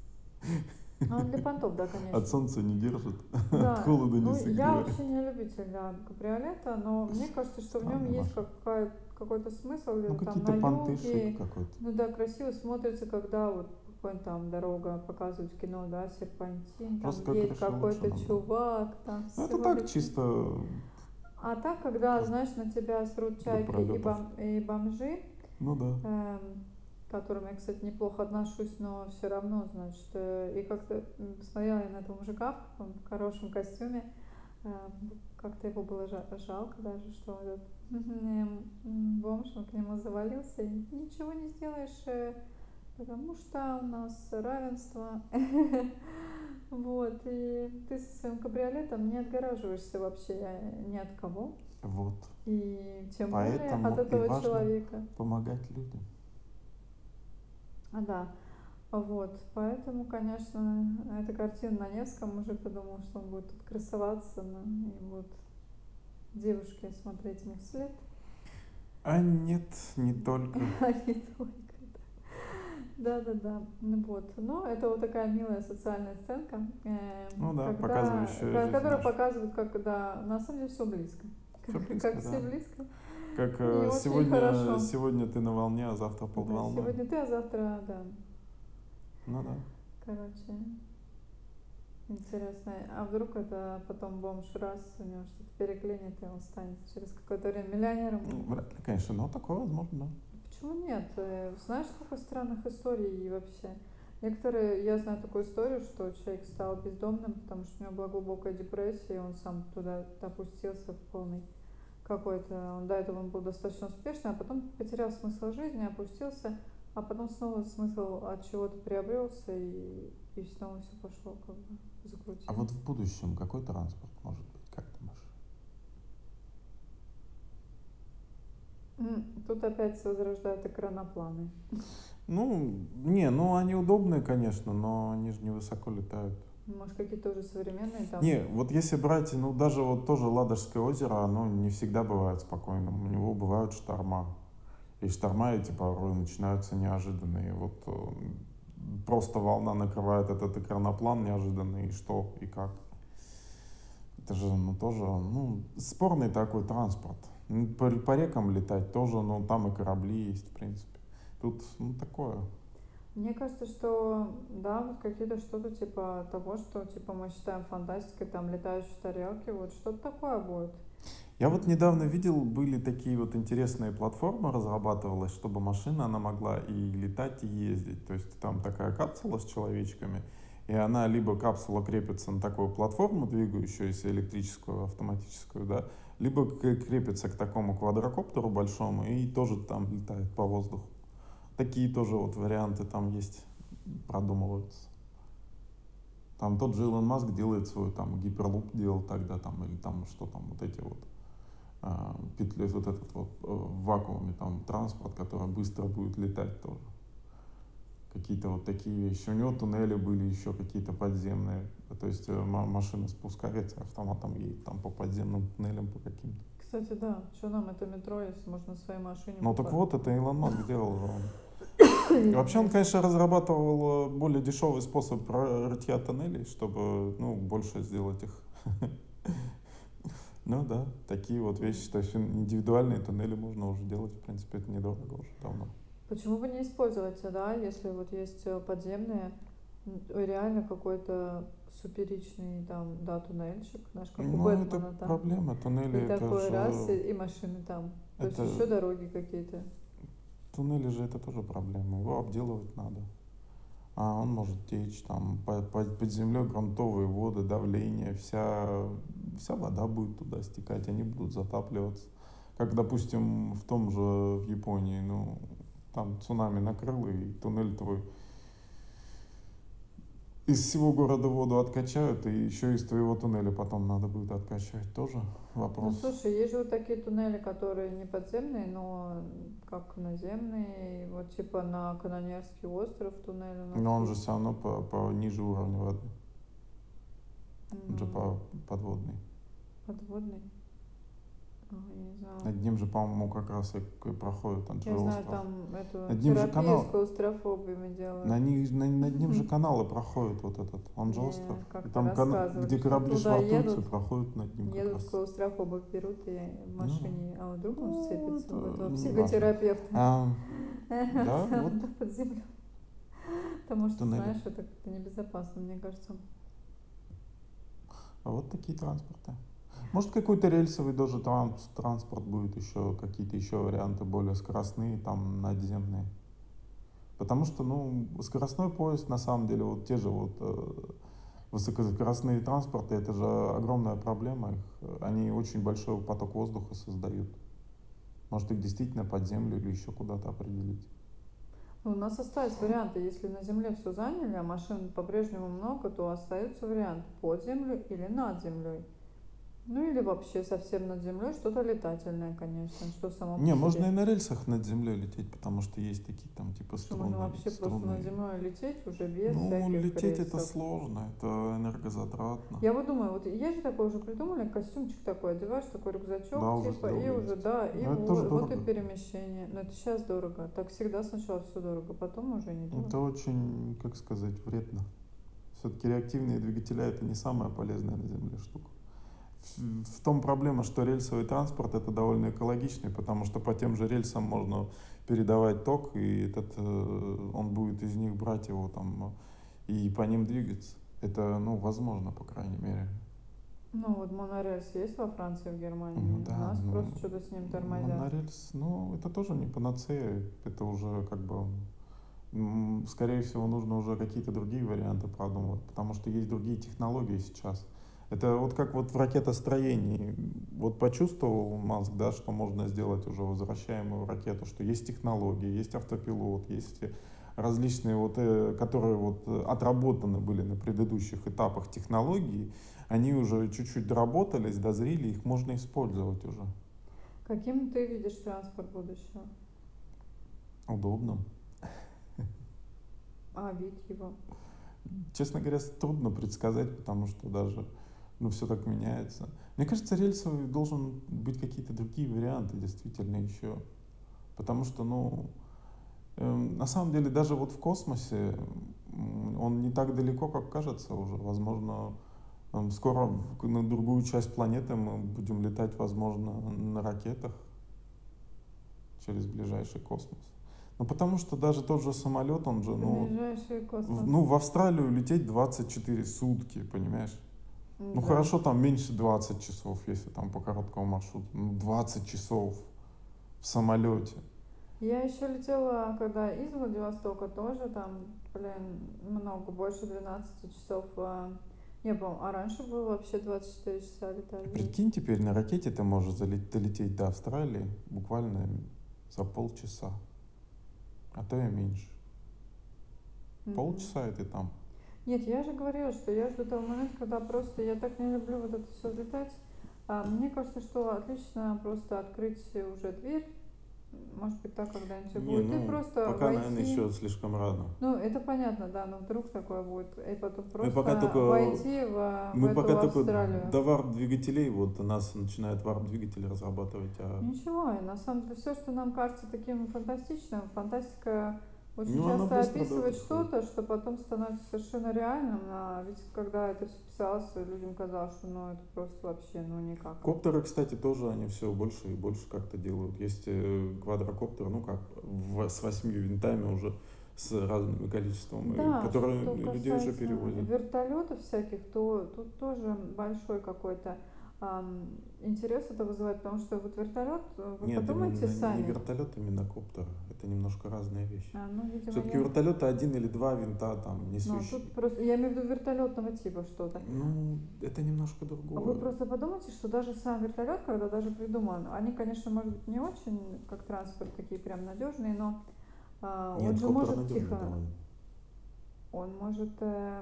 Ну, для понтов, да, От конечно. солнца не держит, от Да, холода не ну я согревает. вообще не любитель, да, кабриолета, но мне кажется, что в нем Странная есть машина. какой-то смысл где-то там Какие-то на понты, шик юге. какой-то. Ну да, красиво смотрится, когда вот какой-нибудь там дорога показывают в кино, да, серпантин, там Жесткая едет крыша лучше какой-то намного. чувак, там Ну все это так, летит. чисто А так, когда, знаешь, на тебя срут для чайки пролетов. и бомжи, Ну да. к которым я, кстати, неплохо отношусь, но все равно, значит, и как-то посмотрела я на этого мужика в каком-то хорошем костюме, как-то его было жалко даже, что этот бомж, он к нему завалился, и ничего не сделаешь, потому что у нас равенство. Вот, и ты со своим кабриолетом не отгораживаешься вообще ни от кого, Вот. и тем более от Поэтому и этого важно человека. помогать людям. Да, вот, поэтому, конечно, эта картина на Невском, уже подумал, что он будет тут красоваться, и будут девушки смотреть ему вслед. А нет, не только. А не только. Да-да-да. Ну вот. Но это вот такая милая социальная сценка, Ну да, когда, показывающая жизнь которая нашу. показывает, как, да, на самом деле все близко. Все Как близко, все да. близко Как и очень сегодня, хорошо. сегодня ты на волне, а завтра под Да, волной. сегодня ты, а завтра, да. Ну да. Короче, интересно. А вдруг это потом бомж раз, у него что-то переклинит, и он станет через какое-то время миллионером Ну, будет? вряд ли, конечно, но такое возможно, да. Почему нет? Знаешь, сколько странных историй и вообще? Некоторые, я знаю такую историю, что человек стал бездомным, потому что у него была глубокая депрессия, и он сам туда опустился в полный какой-то. Он до этого он был достаточно успешный, а потом потерял смысл жизни, опустился, а потом снова смысл от чего-то приобрелся, и снова все пошло, как бы А вот закрутилось. в будущем какой транспорт может быть, как думаешь? Тут опять возрождают экранопланы. Ну, не, ну они удобные, конечно, но они же не высоко летают. Может, какие-то уже современные там. Не, вот если брать, ну даже вот тоже Ладожское озеро, оно не всегда бывает спокойным. У него бывают шторма. И шторма эти порой начинаются неожиданные. Вот просто волна накрывает этот экраноплан неожиданно, и что, и как. Это же, ну, тоже, ну, спорный такой транспорт. Ну, по рекам летать тоже, ну, там и корабли есть, в принципе. Тут, ну, такое. Мне кажется, что да, вот какие-то что-то типа того, что типа мы считаем фантастикой, там летающие тарелки, вот что-то такое будет. Я вот недавно видел, были такие вот интересные платформы, разрабатывалась, чтобы машина, она могла и летать, и ездить. То есть там такая капсула с человечками, и она либо капсула крепится на такую платформу, двигающуюся электрическую, автоматическую, да, либо крепится к такому квадрокоптеру большому и тоже там летает по воздуху. Такие тоже вот варианты там есть, продумываются. Там тот же Илон Маск делает свой там гиперлуп делал тогда там, или там что там, вот эти вот петли, вот этот вот в вакууме там транспорт, который быстро будет летать тоже. Какие-то вот такие вещи. У него туннели были еще какие-то подземные. То есть машина спускается, автоматом едет там по подземным туннелям по каким-то. Кстати, да, что нам это метро, если можно на своей машине Ну так вот, это Илон Маск делал же он. Вообще он, Извиняюсь. конечно, разрабатывал более дешевый способ рытья тоннелей, чтобы, ну, больше сделать их. Ну да, такие вот вещи. То есть индивидуальные туннели можно уже делать, в принципе, это недорого уже давно. Почему бы не использовать, да, если вот есть подземные, реально какой-то суперичный там, да, туннельчик, знаешь, как у Ну, это Бэтмена там, проблема. Туннели и это такой раз, же... и машины там, то есть Это, еще дороги какие-то. туннели же это тоже проблема. Его обделывать надо. А он может течь там под землей грунтовые воды, давление, вся вода будет туда стекать, они будут затапливаться. Как, допустим, в том же в Японии, ну, там цунами накрыло, и туннель твой из всего города воду откачают, и еще из твоего туннеля потом надо будет откачивать. Тоже Ну, вопрос. слушай, есть же вот такие туннели, которые не подземные, но как наземные, вот типа на Канонерский остров туннель у нас Но он же есть. все равно по ниже уровня воды. Он же Ну, подводный. подводный. Я не знаю. Над ним же, по-моему, как раз и проходит этот же Я знаю, остров. там эту Над ним же терапию с канал, клаустрофобами делают. над ним же каналы проходит вот этот, он же остров. Мне И как-то там, рассказывали, где что корабли туда швартуются, едут, проходят над ним как едут раз. клаустрофобов берут и в Ну, машине, а вдруг он ну, вцепится это в этого не важно. психотерапевта Да, вот под землю. Потому что, туннели. знаешь, это как-то небезопасно, мне кажется. А вот такие транспорты. Может, какой-то рельсовый тоже транспорт будет еще, какие-то еще варианты более скоростные, там, надземные. Потому что, ну, скоростной поезд, на самом деле, вот те же вот высокоскоростные транспорты, это же огромная проблема. Они очень большой поток воздуха создают. Может, их действительно под землю или еще куда-то определить. У нас остались варианты. Если на Земле все заняли, а машин по-прежнему много, то остаются варианты под землей или над землей. Ну или вообще совсем над землей что-то летательное, конечно, что само по Не, можно и себе. на рельсах над землей лететь, потому что есть такие там типа Что можно струны, вообще просто над струны. землей лететь уже без Ну, всяких лететь это рельсов. сложно, это энергозатратно. Я вот думаю, вот есть же такое уже придумали, костюмчик такой, одеваешь такой Да, рюкзачок, уже типа, и сделали уже, есть. да, и Но это тоже вот и дорого. перемещение. Но это сейчас дорого. Так всегда сначала все дорого, потом уже недорого. Это очень, как сказать, вредно. Все-таки реактивные двигателя это не самая полезная на Земле штука. В том проблема, что рельсовый транспорт это довольно экологичный, потому что по тем же рельсам можно передавать ток, и он будет из них брать его там и по ним двигаться. Это, ну, возможно, по крайней мере. Ну вот монорельс есть во Франции, в Ну Германии. У да, нас ну, просто что-то с ним тормозят. монорельс, ну, это тоже не панацея, это уже как бы, скорее всего, нужно уже какие-то другие варианты продумывать, потому что есть другие технологии сейчас. Это вот как вот в ракетостроении. Вот почувствовал Маск, да, что можно сделать уже возвращаемую ракету, что есть технологии, есть автопилот, есть различные вот, которые вот отработаны были на предыдущих этапах технологий, они уже чуть-чуть доработались, дозрели, их можно использовать уже. Каким ты видишь транспорт будущего? Удобно. А вид его? Честно говоря, трудно предсказать, потому что даже, ну, все так меняется. Мне кажется, рельсовый должен быть какие-то другие варианты действительно еще. Потому что, ну, на самом деле даже вот в космосе он не так далеко, как кажется уже. Возможно, скоро на другую часть планеты мы будем летать, возможно, на ракетах через ближайший космос. Ну, потому что даже тот же самолет, он же, ну, Ближайший космос. ну, в Австралию лететь 24 сутки, понимаешь? Ну, Да. хорошо, там меньше 20 часов, если там по короткому маршруту. Ну, 20 часов в самолете. Я еще летела, когда из Владивостока тоже там, блин, много, больше 12 часов. Не помню, а раньше было вообще 24 часа летали. Прикинь, теперь на ракете ты можешь долететь до Австралии буквально за полчаса, а то и меньше. Мгм. Полчаса и ты там. Нет, я же говорила, что я жду того момента, когда просто я так не люблю вот это все летать. Мне кажется, что отлично просто открыть уже дверь, может быть, так когда-нибудь и Не, будет, и ну, просто пока, наверное, войти. еще слишком рано. Ну, это понятно, да, но вдруг такое будет. И потом Мы пока просто только, войти в мы пока эту только Австралию. до варп-двигателей, вот нас начинают варп-двигатели разрабатывать, а Ничего, и на самом деле все, что нам кажется таким фантастичным, фантастика очень ну, оно часто быстро, да, описывает приходит. что-то, что потом становится совершенно реальным, а ведь когда это все писалось, людям казалось, что ну это просто вообще ну никак. Коптеры, кстати, тоже они все больше и больше как-то делают. Есть квадрокоптеры, ну как, с 8 винтами уже, с разными количеством, Да, которые что людей уже касается перевозят. вертолетов всяких, то тут тоже большой какой-то интерес это вызывает, потому что вот вертолет, вы Нет, подумайте именно не сами, вертолет, именно коптер. Это немножко разные вещи. ну, видимо, Все-таки у я. вертолета один или два винта там Ну, тут несущие. просто, я имею в виду вертолетного типа что-то. Ну, это немножко Вы другое. просто подумайте, что даже сам вертолет, когда даже придуман, они, конечно, может быть, не очень как транспорт такие прям надежные, но он Нет, же коптер может надежный тихо, довольно. он может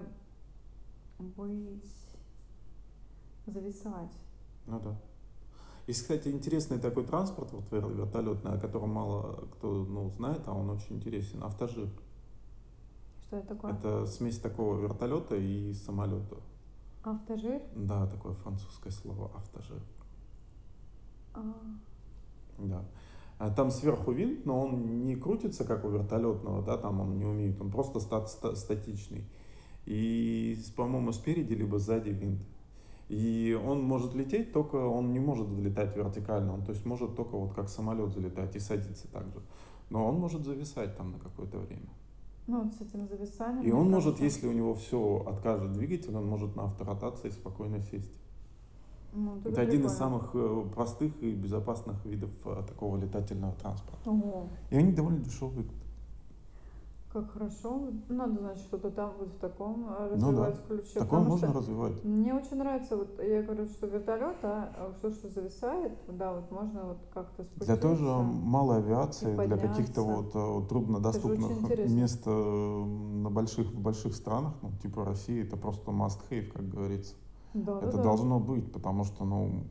быть зависать. Ну да. Есть, кстати, интересный такой транспорт, вот вертолетный, о котором мало кто, ну, знает, а он очень интересен. Автожир. Что это такое? Это смесь такого вертолета и самолета. Автожир? Да, такое французское слово автожир. А, Да. Там сверху винт, но он не крутится, как у вертолетного, да, там он не умеет, он просто статичный. И, по-моему, спереди либо сзади винт. И он может лететь, только он не может взлетать вертикально, он то есть может только вот как самолет залетать и садиться так же. Но он может зависать там на какое-то время. ну, вот с этим зависанием, И мне он может, кажется, если у него все откажет двигатель, он может на авторотации спокойно сесть. ну, вот это Это один из прикольно. самых простых и безопасных видов такого летательного транспорта. Ого, И они довольно дешевые. Как хорошо. Надо, значит, что-то там вот в таком Ну да, развивать ключе. такое Потому можно что развивать. мне очень нравится, вот я говорю, что вертолет, все, что зависает, да, вот можно вот как-то Для той же спуститься малой и авиации, для каких-то подняться. вот Это же очень труднодоступных интересно. мест в больших странах, ну, типа России, это просто must have, как говорится. Это Да-да-да. должно быть, потому что,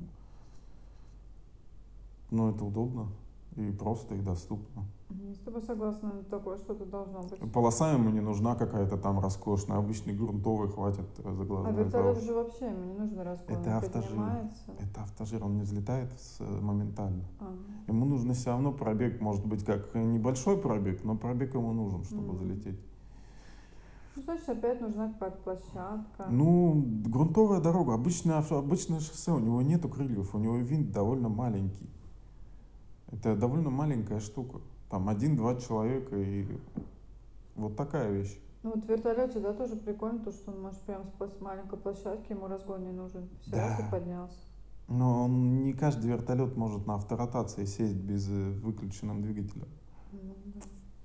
ну, это удобно и просто, и доступно. Я с тобой согласна, такое что-то должно быть. Полоса ему не нужна какая-то там роскошная, обычный грунтовый хватит за А глаза, за вертолет уши. же вообще ему не нужен раскон, он Это автожир. поднимается. Это автожир, он не взлетает моментально. А, Ему нужно все равно пробег, может быть, как небольшой пробег, но пробег ему нужен, чтобы м. залететь. Ну, значит, опять нужна какая-то площадка. Ну, грунтовая дорога, обычное шоссе, у него нету крыльев, у него винт довольно маленький. Это довольно маленькая штука. Там один-два человека и вот такая вещь. Ну вот в вертолете, да, тоже прикольно, то, что он может прям с маленькой площадки, ему разгон не нужен. Все раз и Да, поднялся. но не каждый вертолет может на авторотации сесть без выключенным двигателем. Ну да.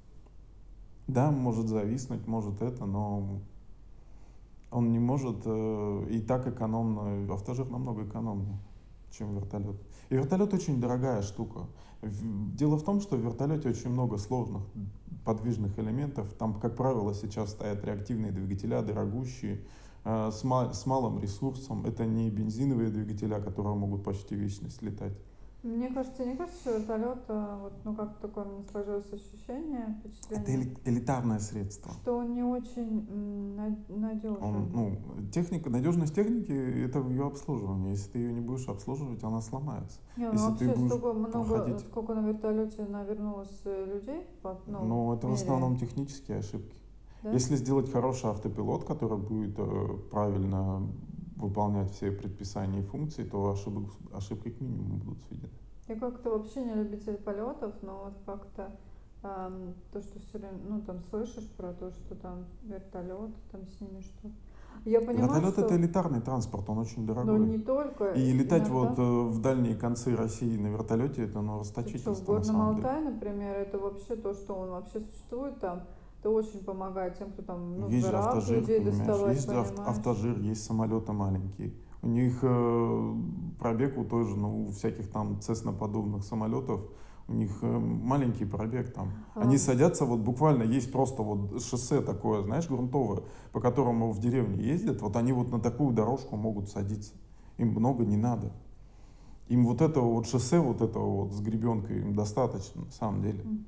Да, может зависнуть, может это, но он не может и так экономно, автожир намного экономнее, чем вертолет. И вертолет очень дорогая штука. Дело в том, что в вертолете очень много сложных подвижных элементов. Там, как правило, сейчас стоят реактивные двигателя, дорогущие, с малым ресурсом. Это не бензиновые двигателя, которые могут почти вечность летать. Мне кажется, не кажется, что вертолет, вот, ну как такое у меня сложилось ощущение, Это впечатление, элитарное средство. что он не очень надежен. Надежность техники — это в ее обслуживании. Если ты ее не будешь обслуживать, она сломается. Не, ну Если ты вообще будешь столько много, проходить, сколько на вертолете навернулось людей, ну, ну, в это в мире, основном технические ошибки. да? Если сделать хороший автопилот, который будет правильно выполнять все предписания и функции, то ошибки к минимуму будут сведены. Я как-то вообще не любитель полетов, но вот как-то то, что все время, ну, там слышишь про то, что там вертолет, там с ними что. Я понимаю, Вертолет — это что, элитарный транспорт, он очень но дорогой. не только, И летать вот иногда, в дальние концы России на вертолете — это ты что, в расточительство на Горном самом деле. Алтае, например, это вообще то, что он вообще существует там, это очень помогает тем, кто там, ну, в Есть же горах автожир, людей понимаешь, доставать, есть же понимаешь? автожир, есть самолеты маленькие. У них пробег у той же, ну, у всяких там Цесна-подобных самолетов, у них маленький пробег там. Они Ам, садятся, вот буквально есть просто вот шоссе такое, знаешь, грунтовое, по которому в деревне ездят, вот они вот на такую дорожку могут садиться. Им много не надо. Им вот этого вот шоссе, вот этого вот с гребенкой, им достаточно, на самом деле. м.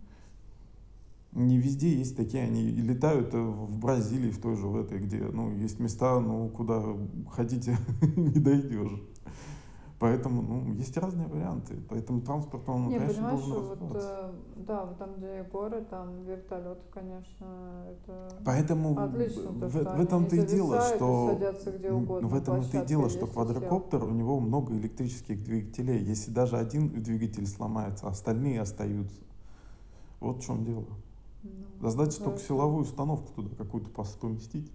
Не везде есть такие, они и летают в Бразилии, в той же, в этой, где, ну, есть места, ну, куда хотите, не дойдешь. Поэтому, ну, есть разные варианты. Поэтому транспорт, он, Не, конечно, понимаешь, должен вот, развиваться. да, вот там, где горы, там вертолеты, конечно, это Поэтому отлично, то, что в они и этом-то и дело, зависают, и что садятся где в угодно, этом это и площадка дело, что есть, и сел. квадрокоптер, у него много электрических двигателей. Если даже один двигатель сломается, остальные остаются. Вот в чем дело. Ну, Задача только хорошо. силовую установку туда какую-то поместить.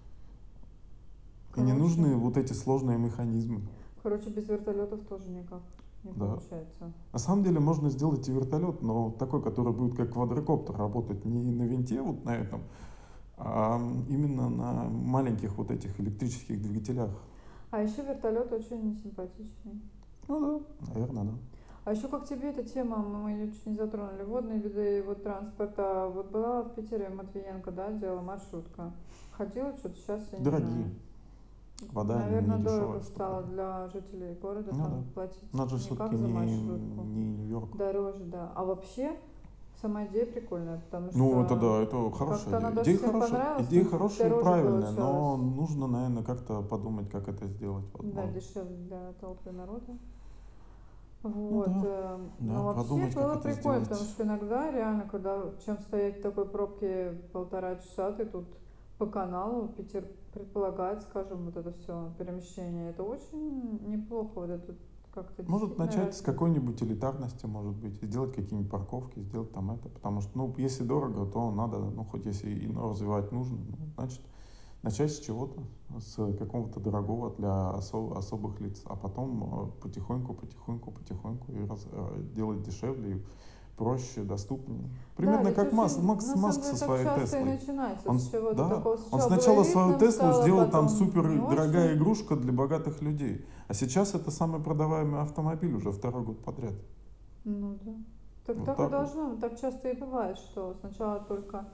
И не Короче, нужны вот эти сложные механизмы. короче, без вертолетов тоже никак не Да. получается. На самом деле можно сделать и вертолет, но такой, который будет как квадрокоптер работать не на винте вот на этом, а именно на маленьких вот этих электрических двигателях. А еще вертолет очень симпатичный. Ну да, наверное, да. А еще как тебе эта тема, мы ее чуть не затронули, водные виды вот транспорта. Вот была в Питере Матвиенко, да, делала маршрутка. Ходила что-то, сейчас я не Дорогие. знаю. Вода не Наверное, дешевая дорого штука. стало для жителей города Ну там да. У платить нас же не все-таки как за маршрутку, не Нью-Йорк. дороже, да. А вообще, сама идея прикольная, потому Ну, это что да, это хорошая как-то она идея. даже всем понравилась, Идея но чуть хорошая и дороже правильная, но получалось. нужно, наверное, как-то подумать, как это сделать Да, возможно. дешевле для толпы народа. Ну Вот. да, да, Но вообще подумать, как было это прикольно, сделать. потому что иногда реально, когда чем стоять в такой пробке 1,5 часа, ты тут по каналу Питер предполагает, скажем, вот это все перемещение. Это очень неплохо, вот это как-то Может действительно начать с развито. какой-нибудь элитарности, может быть, сделать какие-нибудь парковки, сделать там это, потому что, ну, если дорого, то надо, ну, хоть если и развивать нужно, ну, значит, начать с чего-то, с какого-то дорогого для особых лиц, а потом потихоньку, потихоньку, потихоньку и делать дешевле, и проще, доступнее. Да, Примерно ведь как Маск, очень, Макс, на самом Маск со деле, так своей часто и Теслой. начинается Он, с чего-то да, такого. он Сначала было сначала свою элитным, Теслу стало сделал там потом не супер дорогая очень. игрушка для богатых людей. А сейчас это самый продаваемый автомобиль уже второй год подряд. Ну да. Так, Вот так и так вот. должно, так часто и бывает, что сначала только,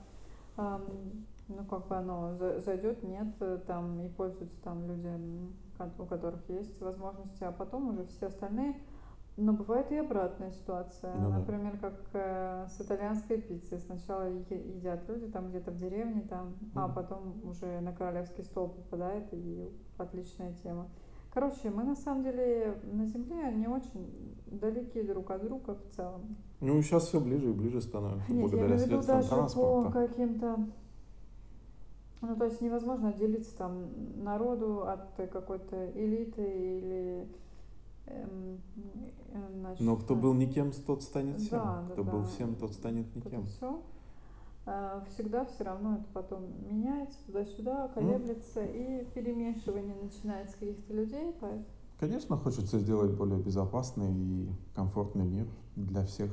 ну как бы оно зайдет, нет, там и пользуются там люди, у которых есть возможности, а потом уже все остальные. Но бывает и обратная ситуация. Ну да. Например, как с итальянской пиццей. Сначала едят люди там где-то в деревне, там, а Мгм. потом уже на королевский стол попадает, и отличная тема. Короче, мы на самом деле на Земле не очень далеки друг от друга в целом. Ну, сейчас все ближе и ближе становимся Нет, я благодаря имею в виду средствам даже по транспорта. каким-то. Ну, то есть невозможно отделиться там народу от какой-то элиты или эм, Но значит, кто был никем, тот станет всем. да, да, Кто был да. всем, тот станет Вот это никем. все. Всегда все равно это потом меняется туда-сюда, Ну, колеблется, и перемешивание начинается каких-то людей. Поэтому, конечно, хочется сделать более безопасный и комфортный мир для всех.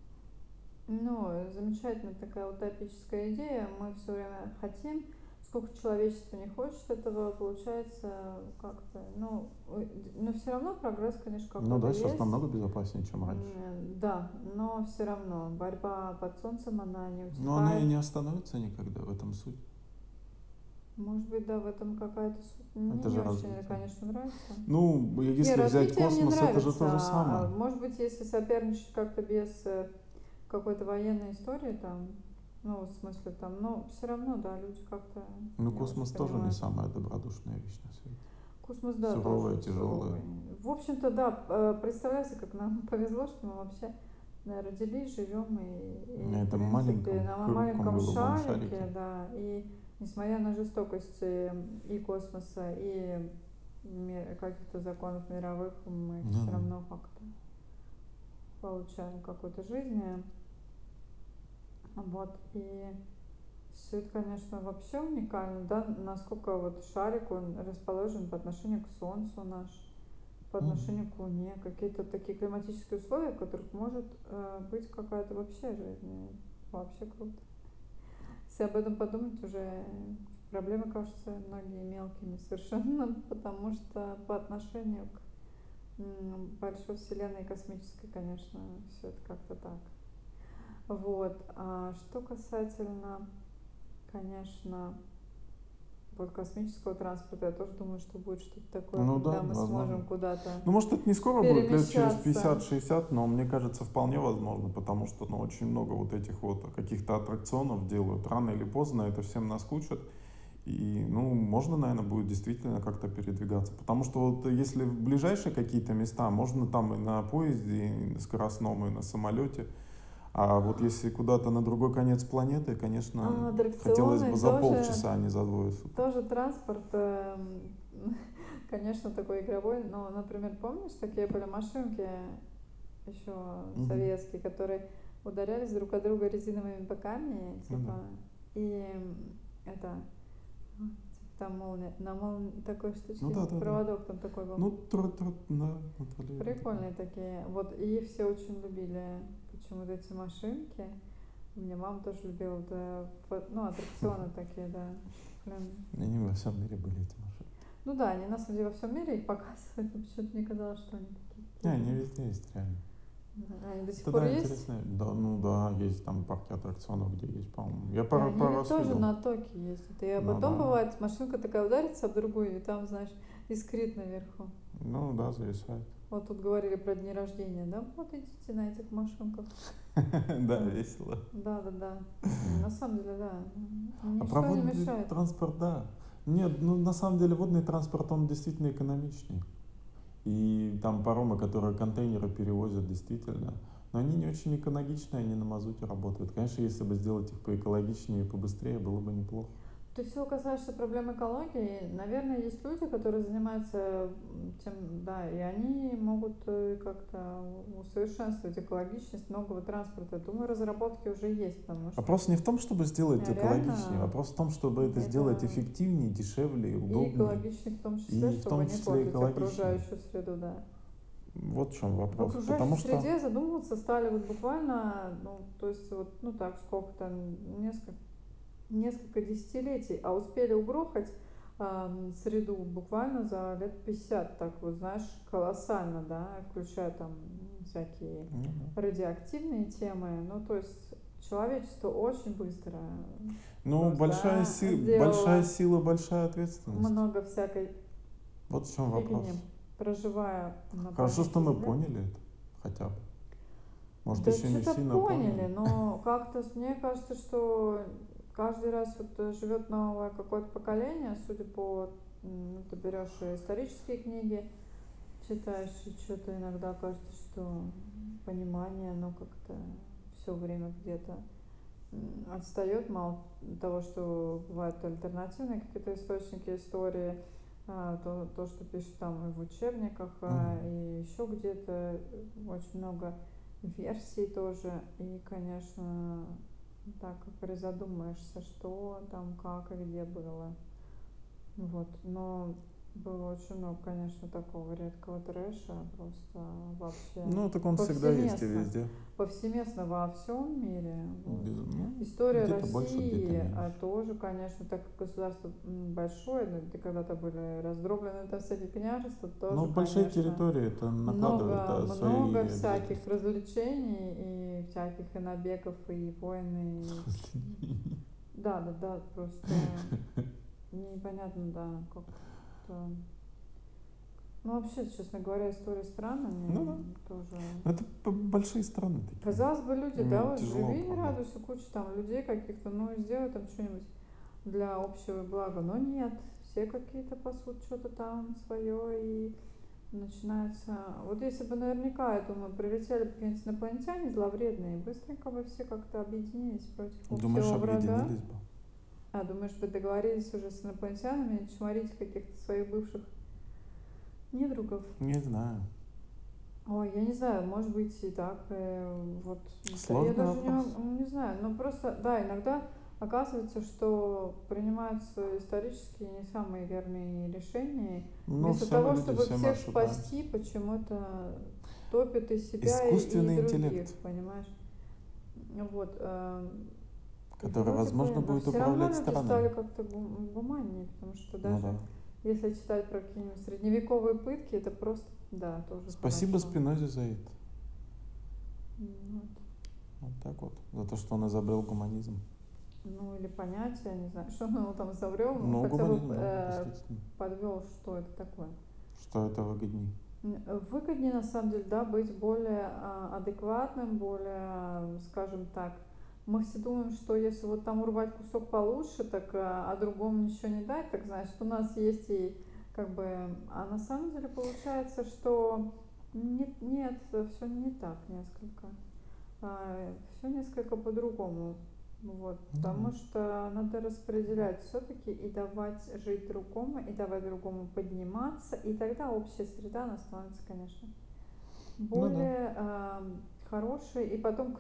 ну, замечательная такая утопическая идея. Мы все время хотим, сколько человечество не хочет этого, получается как-то, ну, но все равно прогресс, конечно, Ну какой-то да, сейчас есть. намного безопаснее, чем раньше. Да, но все равно борьба под солнцем, она не Но она и утихает. не остановится никогда, в этом суть. Может быть, да, в этом какая-то суть. Мне Это не же очень, развитие. конечно, нравится. Ну, Не, если взять развитие мне космос, это же нравится. то же самое. Может быть, если соперничать как-то без какой-то военной истории, там, ну, в смысле, там, но все равно, да, люди как-то Но не очень космос тоже не понимают. самая добродушная вещь на свете. Космос, да, Суровая, тоже тяжелая. суровый. В общем-то, да, представляете, как нам повезло, что мы вообще родились, живем и На в этом принципе, маленьком, на хрупком маленьком голубом шарике, шарике. да, и несмотря на жестокость и космоса, и каких-то законов мировых, мы Ну все да. равно как-то получаем какую-то жизнь. Вот, и все это, конечно, вообще уникально, да, насколько вот шарик, он расположен по отношению к Солнцу наш, по Мгм. отношению к Луне, какие-то такие климатические условия, в которых может быть какая-то вообще жизнь. И вообще круто. Если об этом подумать, уже проблемы кажутся многие мелкими совершенно, потому что по отношению к большой вселенной космической, конечно, все это как-то так. Вот. А что касательно, конечно, вот космического транспорта, я тоже думаю, что будет что-то такое, Ну да, когда мы возможно. сможем куда-то Ну, может, это не скоро будет, лет через перемещаться. 50-60, но мне кажется, вполне возможно, потому что, ну, очень много вот этих вот каких-то аттракционов делают. Рано или поздно это всем наскучат. И, ну, можно, наверное, будет действительно как-то передвигаться. Потому что вот если в ближайшие какие-то места, можно там и на поезде, и на скоростном, и на самолете. А вот если куда-то на другой конец планеты, конечно, хотелось бы Аттракционы за тоже, полчаса, а не за двое суток. тоже транспорт, конечно, такой игровой. Но, например, помнишь, такие были машинки еще Мгм. советские, которые ударялись друг от друга резиновыми боками, Ну да. типа, и это, типа там молния, на молнии такой Ну штучки, да, да, да. проводок там такой был. Ну, да, Наталья, это такое. Прикольные такие. Вот, и все очень любили почему-то эти машинки. У меня мама тоже любила, да, ну, аттракционы такие, да. Блин. Они во всем мире были, эти машины. Ну да, они на самом деле во всем мире их показывают, но почему-то мне казалось, что они такие Не, какие-то. они везде есть, реально. Да, они до сих Это пор да, есть. интересно. Да, ну да, есть там парки аттракционов, где есть, по-моему. Я И пару они ведь раз тоже видел. на токе ездят. И Ну потом да. бывает, машинка такая ударится об другую, и там, знаешь, искрит наверху. Ну да, зависает. Вот тут говорили про дни рождения, да? Вот идите на этих машинках. Да, Да, весело. да, да, да. На самом деле, да. А про Ничто не водный мешает. транспорт, да. Нет, ну на самом деле водный транспорт, он действительно экономичнее. И там паромы, которые контейнеры перевозят, действительно. Но они не очень экологичные, они на мазуте работают. Конечно, если бы сделать их поэкологичнее и побыстрее, было бы неплохо. Ты все касаешься проблем экологии. Наверное, есть люди, которые занимаются тем, да, и они могут как-то усовершенствовать экологичность многого транспорта. Думаю, разработки уже есть, потому что Вопрос не в том, чтобы сделать экологичнее, реально вопрос в том, чтобы это сделать это эффективнее, дешевле, и удобнее. экологичнее в том числе, И в чтобы том не числе портить экологичнее. окружающую среду, да. Вот в чем В вопрос. окружающей Потому что, среде задумываться стали вот буквально, ну, то есть вот, ну так, сколько там, несколько десятилетий, а успели угрохать среду буквально за лет 50, так вот, знаешь, колоссально, да, включая там всякие ну, да. радиоактивные темы, ну, то есть человечество очень быстро Ну, просто большая сделало сила, большая ответственность. много всякой Вот в чем вопрос. фигни, проживая на Хорошо, что планете мы Земля. поняли это хотя бы. Может, Да еще не что-то все, но поняли, поняли. но как-то мне кажется, что каждый раз вот живет новое какое-то поколение, судя по, ты берешь исторические книги, читаешь, и что-то иногда кажется, что понимание, оно как-то все время где-то отстает, мало того, что бывают альтернативные какие-то источники истории, то, что пишут там и в учебниках, Мгм. и еще где-то очень много версий тоже. И, конечно, так как призадумаешься, что там, как и где было. Вот. Но было очень много, конечно, такого редкого трэша, просто вообще Ну, так он всегда есть и повсеместно, везде. повсеместно во всем мире. Вот. Ну, История где-то больше, где-то России меньше. тоже, конечно, так как государство большое, но где когда-то были раздроблены там всякие княжества, Но тоже, большие конечно, территории это накладывает, много, да, много свои всяких обязательства. развлечений и всяких и набегов, и войн, и... Да, да, да, просто непонятно, да, как-то... Ну, вообще, честно говоря, история стран, Ну да. они тоже... Это большие страны такие. Казалось бы, люди, да, Ими вот тяжело живи, не управлять. радуйся, куча там людей каких-то, ну, сделай там что-нибудь для общего блага. Но нет, все какие-то пасут что-то там свое, и начинается... Вот если бы наверняка, я думаю, прилетели бы какие-нибудь инопланетяне зловредные, быстренько бы все как-то объединились против Думаешь, общего врага. объединились бы? А думаешь, бы договорились уже с инопланетянами чморить каких-то своих бывших недругов? Не знаю. Ой, я не знаю, может быть и так, вот, да, я Сложный даже не вопрос. могу, не знаю, но просто, да, иногда оказывается, что принимаются исторически не самые верные решения, Но вместо все мы того, люди, чтобы все мы всех ошибаемся. спасти, почему-то топят и себя, и Искусственный других, интеллект, понимаешь, вот, и который, вроде бы, возможно, но будет все равно управлять люди странами. стали как-то гуманнее, потому что Ну даже да. если читать про какие-нибудь средневековые пытки, это просто, да, тоже Спасибо хорошо. Спинозе за это. Вот. Вот так вот. За то, что он изобрел гуманизм. Ну, или понятие, не знаю, что он его там изобрел, но Ну, хотя бы гуманизм, да, действительно. подвел, что это такое. Что это выгодней. Выгоднее, на самом деле, да, быть более адекватным, более, скажем так, мы все думаем, что если вот там урвать кусок получше, так другому ничего не дать, так значит, у нас есть и как бы, а на самом деле получается, что нет, нет, все не так несколько. Все несколько по-другому. Вот, Ну потому да. что надо распределять все-таки и давать жить другому, и давать другому подниматься, и тогда общая среда, она становится, конечно, Ну да. более хорошей. И потом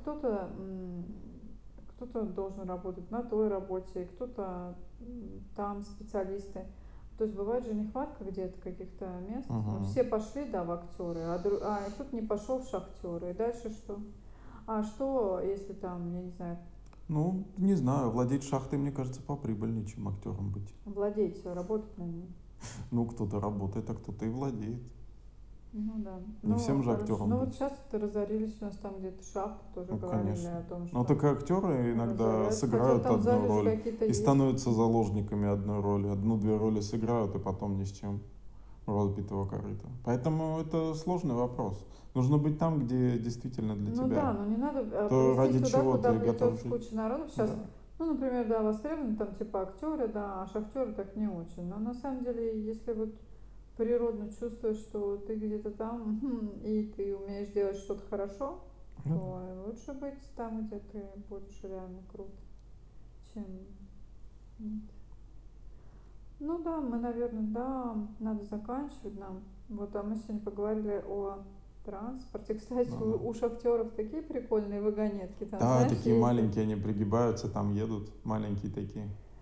кто-то должен работать на той работе, кто-то там специалисты. То есть бывает же нехватка где-то каких-то мест. Ну, Угу. все пошли, да, в актеры, а кто-то не пошел в шахтеры. И дальше что? А что, если там, я не знаю, Ну, не знаю, владеть шахтой, мне кажется, поприбыльнее, чем актером быть. владеть, работать на ней? Ну, кто-то работает, а кто-то и владеет. Ну да. Не всем Ну, же короче, актером ну вот быть. сейчас это разорились у нас там где-то шахты, тоже Ну, говорили конечно. о том, Но что так и актеры иногда разоряются. Хотя сыграют там одну залежи роль какие-то и есть. становятся заложниками одной роли. Одну-две роли сыграют, и потом ни с чем. Разбитого корыта. Поэтому это сложный вопрос. Нужно быть там, где действительно для Ну тебя. да, но не надо То, плестись ради туда, чего куда ты готов плетется жить. куча народов. Сейчас, Да. ну, например, да, востребованы там типа актеры, да, а шахтеры так не очень. Но на самом деле, если вот природно чувствуешь, что ты где-то там, и ты умеешь делать что-то хорошо, Ну да. то лучше быть там, где ты будешь реально крут, чем нет. Ну да, мы, наверное, да, надо заканчивать нам. Вот, а мы сегодня поговорили о транспорте. Кстати, Ну, да. у шахтеров такие прикольные вагонетки, там, Да, знаешь, такие ездят. маленькие, они пригибаются, там едут. Маленькие такие.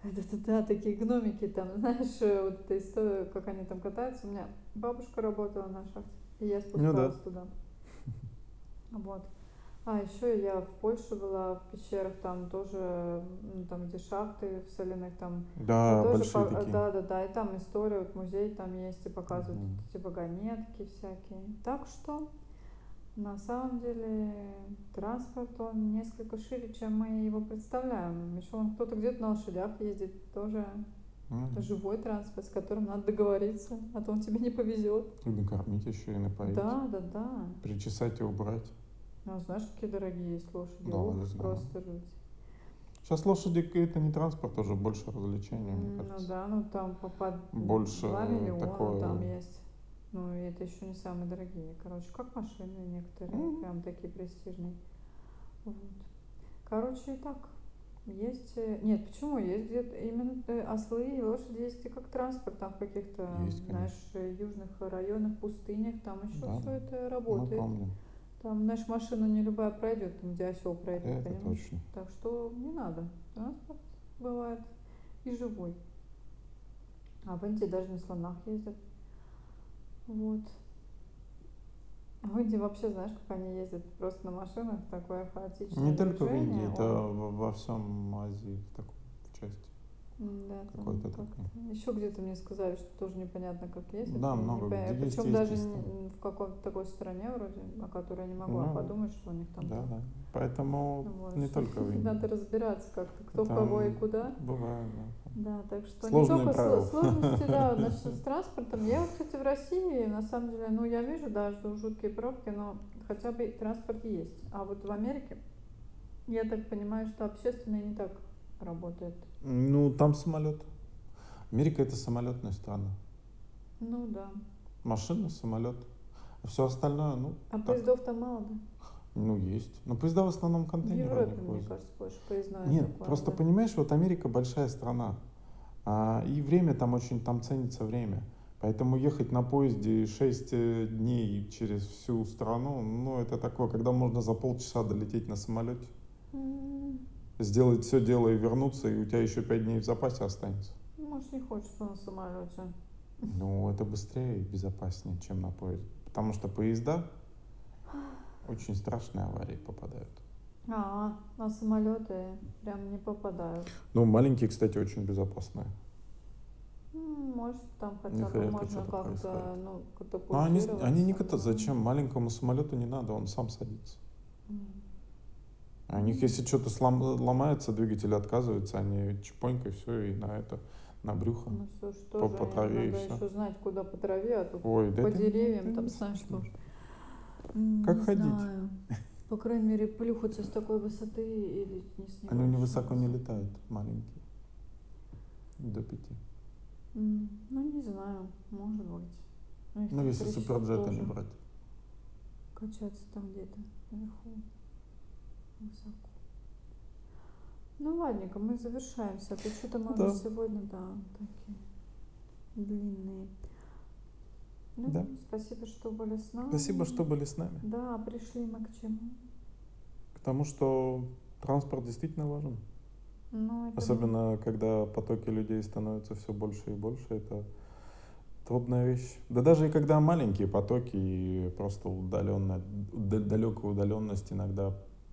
Да, такие гномики там, знаешь, вот эта история, как они там катаются. У меня бабушка работала на шахте, и я Ну да. спускалась туда. Вот. А еще я в Польше была, в пещерах, там тоже, ну, там, где шахты в соляных, там Да, тоже, большие такие. да, и там история, вот музей там есть, и показывают Мгм. эти вагонетки всякие. Так что, на самом деле, транспорт, он несколько шире, чем мы его представляем. Еще он кто-то где-то на лошадях ездит, тоже Ну да. живой транспорт, с которым надо договориться, а то он тебе не повезет. И накормить еще, и напоить. Да. Причесать и убрать. Ну, знаешь, какие дорогие есть лошади? Да, Ух, я знаю. просто жуть. Сейчас лошади это не транспорт, уже больше развлечения, мне Ну кажется. да, ну там по Больше 2 миллиона там такое. есть. Ну, и это еще не самые дорогие. Короче, как машины некоторые, М, прям такие престижные. Вот. Короче, и так. Есть... Нет, почему? Есть где-то именно ослы и лошади есть где как транспорт, там в каких-то, Есть, знаешь, конечно. южных районах, пустынях, там еще Да, все да. это Мы работает. помним. Там, знаешь, машина не любая пройдет, там, где осел пройдет, Это понимаешь? точно. Так что не надо. Транспорт бывает и живой. А в Индии даже на слонах ездят. Вот. А в Индии вообще, знаешь, как они ездят просто на машинах, такое Не хаотичное только в Индии, движение. это Ой, во всем Азии в такой в части да, там какой-то такой. как-то. Еще где-то мне сказали, что тоже непонятно, как ездят. Да, Я не много где понимаю. есть, Причем есть даже места. в какой-то такой стране вроде, о которой я не могла Ну, подумать, что у них там да, так. да. Поэтому Вот, не что только в Индии. надо разбираться как-то, кто Это кого и куда. бывает, да. Да, так что не Сложные только правила. сложности, да, значит, с транспортом. Я вот, кстати, в России, на самом деле, ну, я вижу, да, что жуткие пробки, но хотя бы транспорт есть. А вот в Америке, я так понимаю, что общественный не так работает. Ну, там самолет. Америка это самолетная страна. Ну, да. Машина, самолет. А все остальное, ну, А так. поездов там мало, да? Ну, есть. Но поезда в основном В контейнеры у Европе, них мне возят. кажется, больше поездное Нет, такое, просто да. понимаешь, вот Америка большая страна. И время там очень, там ценится время. Поэтому ехать на поезде 6 дней через всю страну, ну, это такое, когда можно за полчаса долететь на самолете, М, сделать все дело и вернуться, и у тебя еще 5 дней в запасе останется. Может, не хочется на самолете. Ну, это быстрее и безопаснее, чем на поезде. Потому что поезда очень страшные аварии попадают. На самолеты прям не попадают. Ну, маленькие, кстати, очень безопасные. Может, там У хотя них бы редко можно что-то происходит. как-то, ну, Но они не катапультироваться, да. зачем? Маленькому самолету не надо, он сам садится. М. А у них, Ну, если что-то ломается, двигатель отказывается, они чпонькой все и на это, на брюхо, ну все, что же, по траве и надо все. еще знать, куда по траве, а то Ой, да по это деревьям, не там, знаешь, сложно. тоже. Как Не ходить? знаю. По крайней мере, плюхаться с такой высоты или с Они небольшой высоко не высоты. летают, маленькие, до 5. Ну, не знаю, может быть. Ну, их Ну, так если трясет суперджета не тоже. брать. Качаться там где-то наверху высоко. Ну, ладненько, мы завершаемся. А то что-то мы Ну уже да, сегодня, да, такие длинные. да. Ну, спасибо, что были с Спасибо, нами. что были с нами. Да, пришли мы к чему? Потому что транспорт действительно важен. Ну, это да. Особенно, когда потоки людей становятся все больше и больше, это трудная вещь. Да даже и когда маленькие потоки и просто далекая удаленность иногда,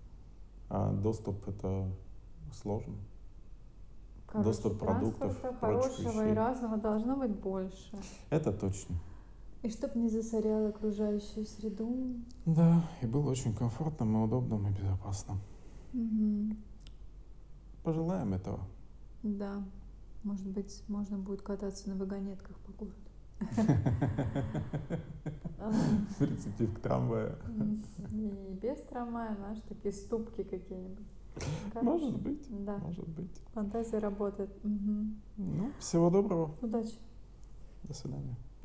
доступ это сложно. Короче, Доступ продуктов, транспорта прочих хорошего и вещей. разного должно быть больше. Это точно. И чтоб не засорял окружающую среду. Да, и было очень комфортным, и удобным, и безопасным. Мгм. Пожелаем этого. Да, может быть, можно будет кататься на вагонетках по городу. Прицепив к трамваю. И без трамвая, знаешь, такие ступки какие-нибудь. Может Короче, быть, да, может быть. фантазия работает. Мгм. Ну, всего доброго. Удачи! До свидания.